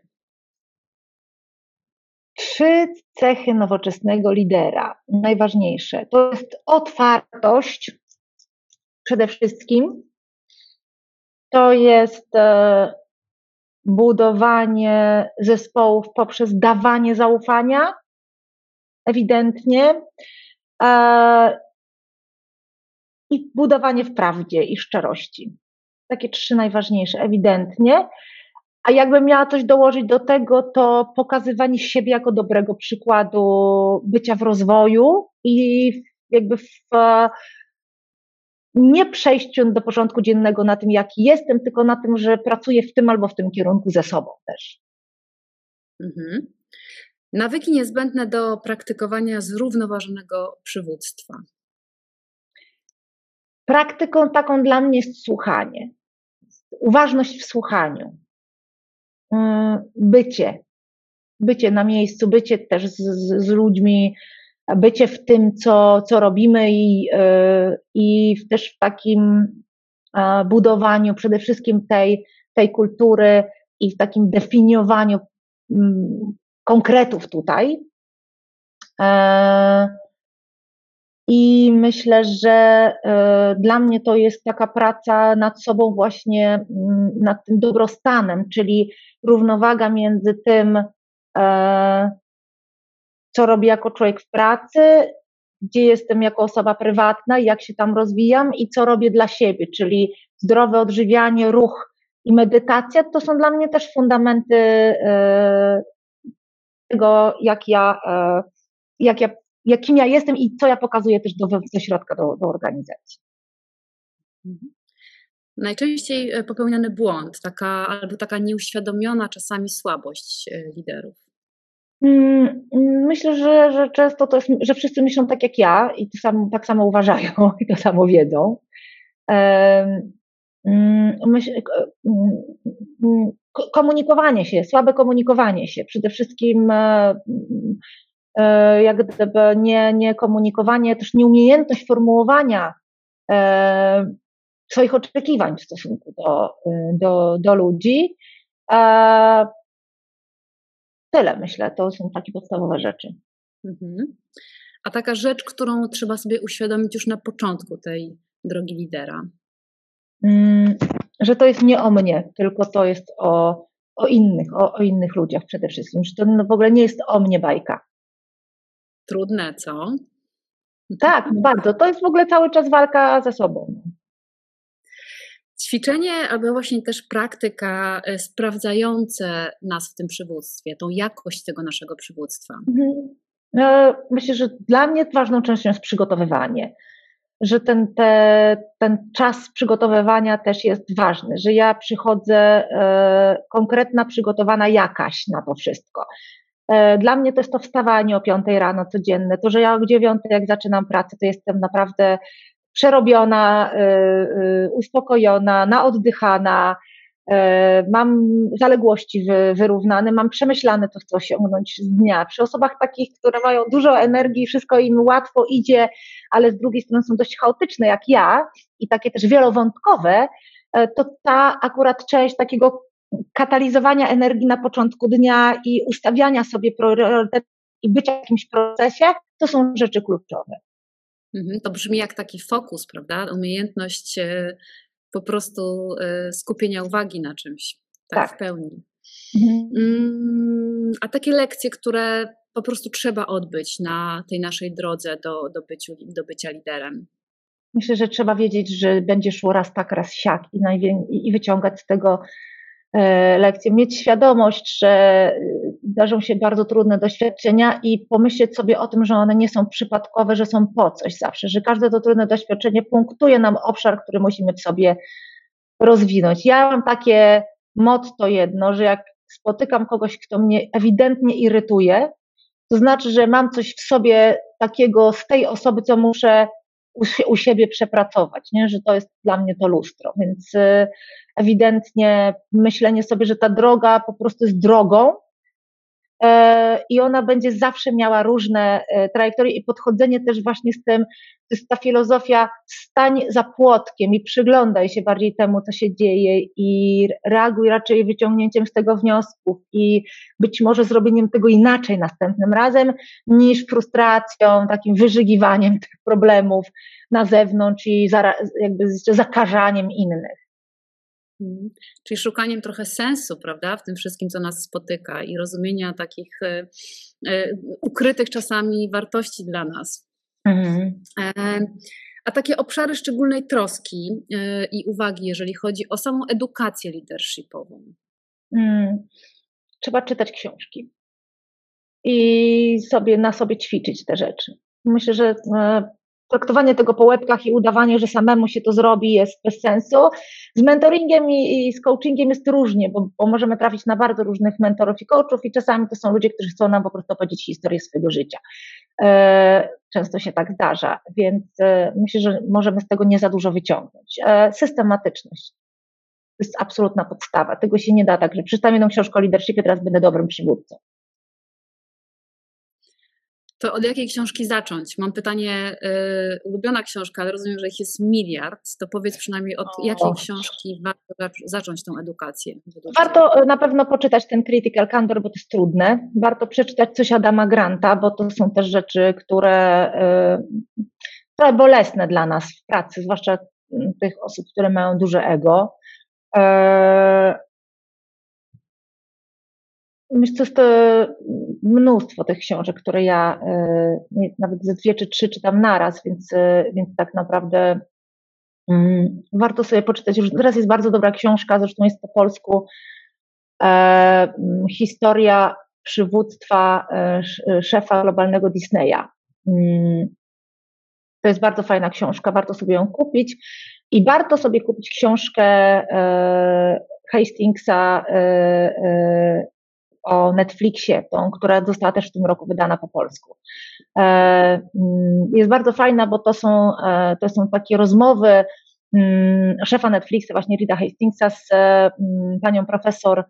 Trzy cechy nowoczesnego lidera, najważniejsze, to jest otwartość przede wszystkim, to jest e, budowanie zespołów poprzez dawanie zaufania, ewidentnie, e, i budowanie w prawdzie i szczerości. Takie trzy najważniejsze, ewidentnie. A jakbym miała coś dołożyć do tego, to pokazywanie siebie jako dobrego przykładu bycia w rozwoju i jakby w nie przejściu do porządku dziennego na tym, jaki jestem, tylko na tym, że pracuję w tym albo w tym kierunku ze sobą też. Mhm. Nawyki niezbędne do praktykowania zrównoważonego przywództwa. Praktyką taką dla mnie jest słuchanie. Uważność w słuchaniu. Bycie, bycie na miejscu, bycie też z, z, z ludźmi, bycie w tym, co, co robimy i, i też w takim budowaniu przede wszystkim tej, tej kultury i w takim definiowaniu konkretów tutaj. I myślę, że dla mnie to jest taka praca nad sobą właśnie, nad tym dobrostanem, czyli równowaga między tym, co robię jako człowiek w pracy, gdzie jestem jako osoba prywatna i jak się tam rozwijam i co robię dla siebie, czyli zdrowe odżywianie, ruch i medytacja to są dla mnie też fundamenty tego, jak ja, jak ja, jakim ja jestem i co ja pokazuję też do, do środka, do, do organizacji. Najczęściej popełniany błąd, taka albo taka nieuświadomiona czasami słabość liderów. Myślę, że, że często to jest, że wszyscy myślą tak jak ja i to samo, tak samo uważają i to samo wiedzą. Myśl, komunikowanie się, słabe komunikowanie się, przede wszystkim jak gdyby nie, nie komunikowanie, też nieumiejętność formułowania swoich oczekiwań w stosunku do, do, do ludzi. Tyle, myślę, to są takie podstawowe rzeczy. Mhm. A taka rzecz, którą trzeba sobie uświadomić już na początku tej drogi lidera? Hmm, że to jest nie o mnie, tylko to jest o, o innych, o, o innych ludziach przede wszystkim, że to no w ogóle nie jest o mnie bajka. Trudne, co? Tak, bardzo. To jest w ogóle cały czas walka ze sobą. Ćwiczenie albo właśnie też praktyka sprawdzające nas w tym przywództwie, tą jakość tego naszego przywództwa. Myślę, że dla mnie ważną częścią jest przygotowywanie, że ten, te, ten czas przygotowywania też jest ważny, że ja przychodzę e, konkretna, przygotowana jakaś na to wszystko. E, dla mnie to jest to wstawanie o piątej rano codzienne, to, że ja o dziewiątej jak zaczynam pracę, to jestem naprawdę przerobiona, uspokojona, naoddychana, mam zaległości wyrównane, mam przemyślane to, co osiągnąć z dnia. Przy osobach takich, które mają dużo energii, wszystko im łatwo idzie, ale z drugiej strony są dość chaotyczne jak ja i takie też wielowątkowe, to ta akurat część takiego katalizowania energii na początku dnia i ustawiania sobie priorytetów i bycia w jakimś procesie, to są rzeczy kluczowe. To brzmi jak taki fokus, prawda? Umiejętność po prostu skupienia uwagi na czymś, tak, tak. w pełni. Mhm. A takie lekcje, które po prostu trzeba odbyć na tej naszej drodze do, do, byciu, do bycia liderem? Myślę, że trzeba wiedzieć, że będzie szło raz tak, raz siak i, najwię- i wyciągać z tego e, lekcje. Mieć świadomość, że e, zdarzą się bardzo trudne doświadczenia i pomyśleć sobie o tym, że one nie są przypadkowe, że są po coś zawsze, że każde to trudne doświadczenie punktuje nam obszar, który musimy w sobie rozwinąć. Ja mam takie motto jedno, że jak spotykam kogoś, kto mnie ewidentnie irytuje, to znaczy, że mam coś w sobie takiego z tej osoby, co muszę u, u siebie przepracować, nie? Że to jest dla mnie to lustro. Więc y, ewidentnie myślenie sobie, że ta droga po prostu jest drogą y, i ona będzie zawsze miała różne y, trajektorie i podchodzenie też właśnie z tym, to jest ta filozofia stań za płotkiem i przyglądaj się bardziej temu, co się dzieje i reaguj raczej wyciągnięciem z tego wniosków i być może zrobieniem tego inaczej następnym razem niż frustracją, takim wyżygiwaniem tych problemów na zewnątrz i jakby zakażaniem innych. Mhm. Czyli szukaniem trochę sensu, prawda, w tym wszystkim, co nas spotyka i rozumienia takich y, y, ukrytych czasami wartości dla nas. Mhm. A takie obszary szczególnej troski i uwagi, jeżeli chodzi o samą edukację leadershipową? Hmm. Trzeba czytać książki i sobie na sobie ćwiczyć te rzeczy. Myślę, że traktowanie tego po łebkach i udawanie, że samemu się to zrobi, jest bez sensu. Z mentoringiem i, i z coachingiem jest różnie, bo, bo możemy trafić na bardzo różnych mentorów i coachów i czasami to są ludzie, którzy chcą nam po prostu opowiedzieć historię swojego życia. E, często się tak zdarza, więc e, myślę, że możemy z tego nie za dużo wyciągnąć. E, systematyczność. To jest absolutna podstawa. Tego się nie da tak, że przeczytam jedną książkę o leadershipie, teraz będę dobrym przywódcą. To od jakiej książki zacząć? Mam pytanie, yy, ulubiona książka, ale rozumiem, że ich jest miliard, to powiedz przynajmniej od o. jakiej książki warto zacząć tą edukację? Warto na pewno poczytać ten Critical Candor, bo to jest trudne. Warto przeczytać coś Adama Granta, bo to są też rzeczy, które yy, trochę bolesne dla nas w pracy, zwłaszcza tych osób, które mają duże ego. Yy, Myślę, że jest to mnóstwo tych książek, które ja y, nawet ze dwie czy trzy czytam naraz, więc, y, więc tak naprawdę y, warto sobie poczytać. Już teraz jest bardzo dobra książka, zresztą jest po polsku, e, historia przywództwa e, szefa globalnego Disneya. Y, to jest bardzo fajna książka, warto sobie ją kupić i warto sobie kupić książkę e, Hastingsa e, o Netflixie, tą, która została też w tym roku wydana po polsku. Jest bardzo fajna, bo to są, to są takie rozmowy szefa Netflixa, właśnie Reeda Hastingsa, z panią profesor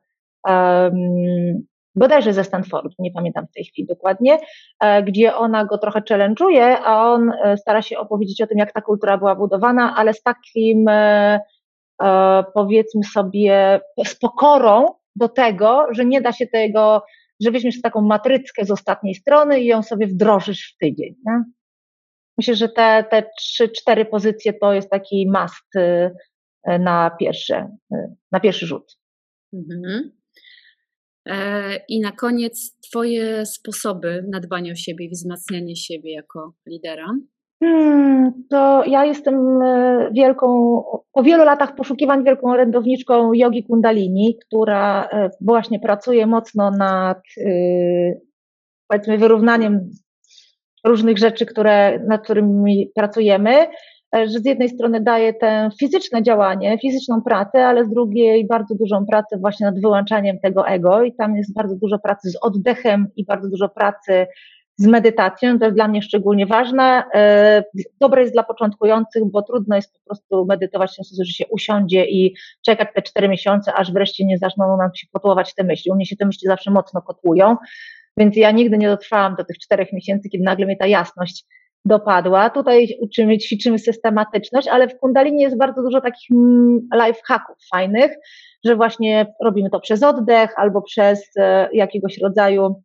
bodajże ze Stanfordu, nie pamiętam w tej chwili dokładnie, gdzie ona go trochę challenge'uje, a on stara się opowiedzieć o tym, jak ta kultura była budowana, ale z takim, powiedzmy sobie, z pokorą do tego, że nie da się tego, że weźmiesz taką matryckę z ostatniej strony i ją sobie wdrożysz w tydzień. Nie? Myślę, że te, te trzy, cztery pozycje to jest taki must na, pierwsze, na pierwszy rzut. Mhm. I na koniec twoje sposoby na dbanie o siebie i wzmacnianie siebie jako lidera? Hmm, to ja jestem wielką, po wielu latach poszukiwań wielką orędowniczką jogi kundalini, która właśnie pracuje mocno nad, powiedzmy, wyrównaniem różnych rzeczy, które, nad którymi pracujemy, że z jednej strony daje tę fizyczne działanie, fizyczną pracę, ale z drugiej bardzo dużą pracę właśnie nad wyłączaniem tego ego i tam jest bardzo dużo pracy z oddechem i bardzo dużo pracy z medytacją, to jest dla mnie szczególnie ważne. Dobre jest dla początkujących, bo trudno jest po prostu medytować w ten sposób, że się usiądzie i czekać te cztery miesiące, aż wreszcie nie zaczną nam się kotłować te myśli. U mnie się te myśli zawsze mocno kotłują, więc ja nigdy nie dotrwałam do tych czterech miesięcy, kiedy nagle mnie ta jasność dopadła. Tutaj uczymy, ćwiczymy systematyczność, ale w kundalini jest bardzo dużo takich life hacków fajnych, że właśnie robimy to przez oddech albo przez jakiegoś rodzaju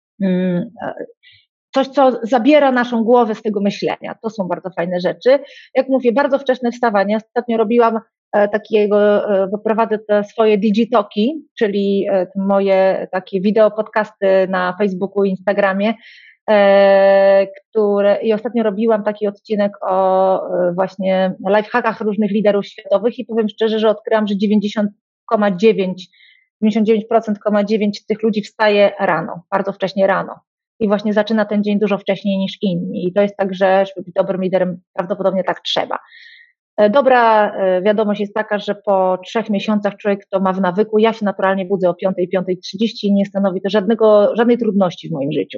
coś, co zabiera naszą głowę z tego myślenia. To są bardzo fajne rzeczy. Jak mówię, bardzo wczesne wstawanie. Ostatnio robiłam takiego, prowadzę te swoje digitoki, czyli moje takie wideo podcasty na Facebooku i Instagramie, które i ostatnio robiłam taki odcinek o właśnie lifehackach różnych liderów światowych i powiem szczerze, że odkryłam, że dziewięćdziesiąt przecinek dziewięć, dziewięćdziesiąt dziewięć procent tych ludzi wstaje rano, bardzo wcześnie rano i właśnie zaczyna ten dzień dużo wcześniej niż inni i to jest tak, że żeby być dobrym liderem prawdopodobnie tak trzeba. Dobra wiadomość jest taka, że po trzech miesiącach człowiek to ma w nawyku, ja się naturalnie budzę o piątej, piątej trzydzieści i nie stanowi to żadnego, żadnej trudności w moim życiu.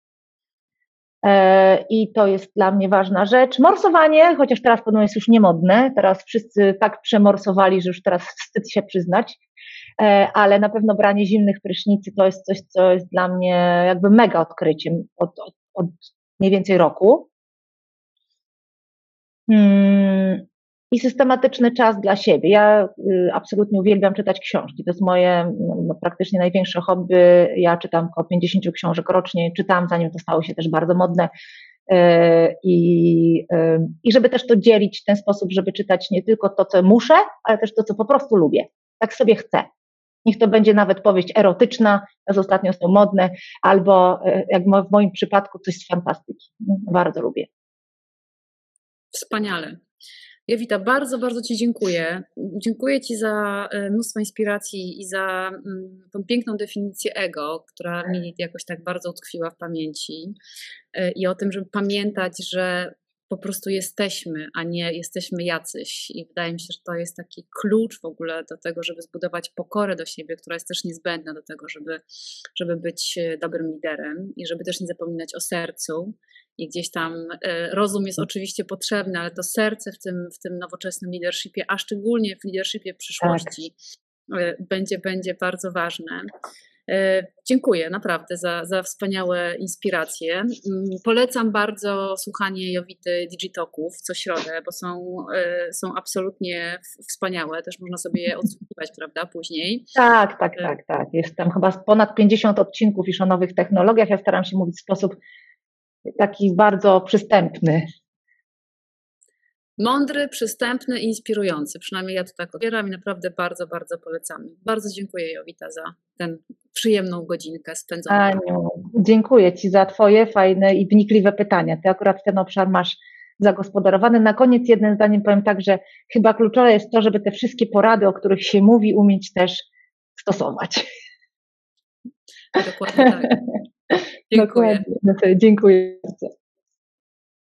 I to jest dla mnie ważna rzecz. Morsowanie, chociaż teraz podobno jest już niemodne, teraz wszyscy tak przemorsowali, że już teraz wstyd się przyznać, ale na pewno branie zimnych prysznicy to jest coś, co jest dla mnie jakby mega odkryciem od, od, od mniej więcej roku. Hmm. I systematyczny czas dla siebie. Ja absolutnie uwielbiam czytać książki. To jest moje no, praktycznie największe hobby. Ja czytam około pięćdziesiąt książek rocznie. Czytam, zanim to stało się też bardzo modne. I, I żeby też to dzielić w ten sposób, żeby czytać nie tylko to, co muszę, ale też to, co po prostu lubię. Tak sobie chcę. Niech to będzie nawet powieść erotyczna, teraz ostatnio są modne, albo jak w moim przypadku coś z fantastyki. Bardzo lubię. Wspaniale. Jowita, bardzo, bardzo Ci dziękuję. Dziękuję Ci za mnóstwo inspiracji i za tą piękną definicję ego, która mi jakoś tak bardzo utkwiła w pamięci i o tym, żeby pamiętać, że po prostu jesteśmy, a nie jesteśmy jacyś i wydaje mi się, że to jest taki klucz w ogóle do tego, żeby zbudować pokorę do siebie, która jest też niezbędna do tego, żeby, żeby być dobrym liderem i żeby też nie zapominać o sercu. I gdzieś tam rozum jest oczywiście potrzebny, ale to serce w tym, w tym nowoczesnym leadershipie, a szczególnie w leadershipie przyszłości tak. będzie, będzie bardzo ważne. Dziękuję naprawdę za, za wspaniałe inspiracje. Polecam bardzo słuchanie Jowity Digitoków co środę, bo są, są absolutnie wspaniałe. Też można sobie je odsłuchiwać, prawda, później. Tak, tak, tak, tak. Jest tam chyba ponad pięćdziesiąt odcinków już o nowych technologiach. Ja staram się mówić w sposób taki bardzo przystępny. Mądry, przystępny i inspirujący. Przynajmniej ja to tak odbieram i naprawdę bardzo, bardzo polecamy. Bardzo dziękuję Jowita za tę przyjemną godzinkę spędzoną. Aniu, dziękuję Ci za Twoje fajne i wnikliwe pytania. Ty akurat ten obszar masz zagospodarowany. Na koniec jednym zdaniem powiem tak, że chyba kluczowe jest to, żeby te wszystkie porady, o których się mówi, umieć też stosować. Dokładnie tak. Dziękuję. Dokładnie. Dziękuję bardzo.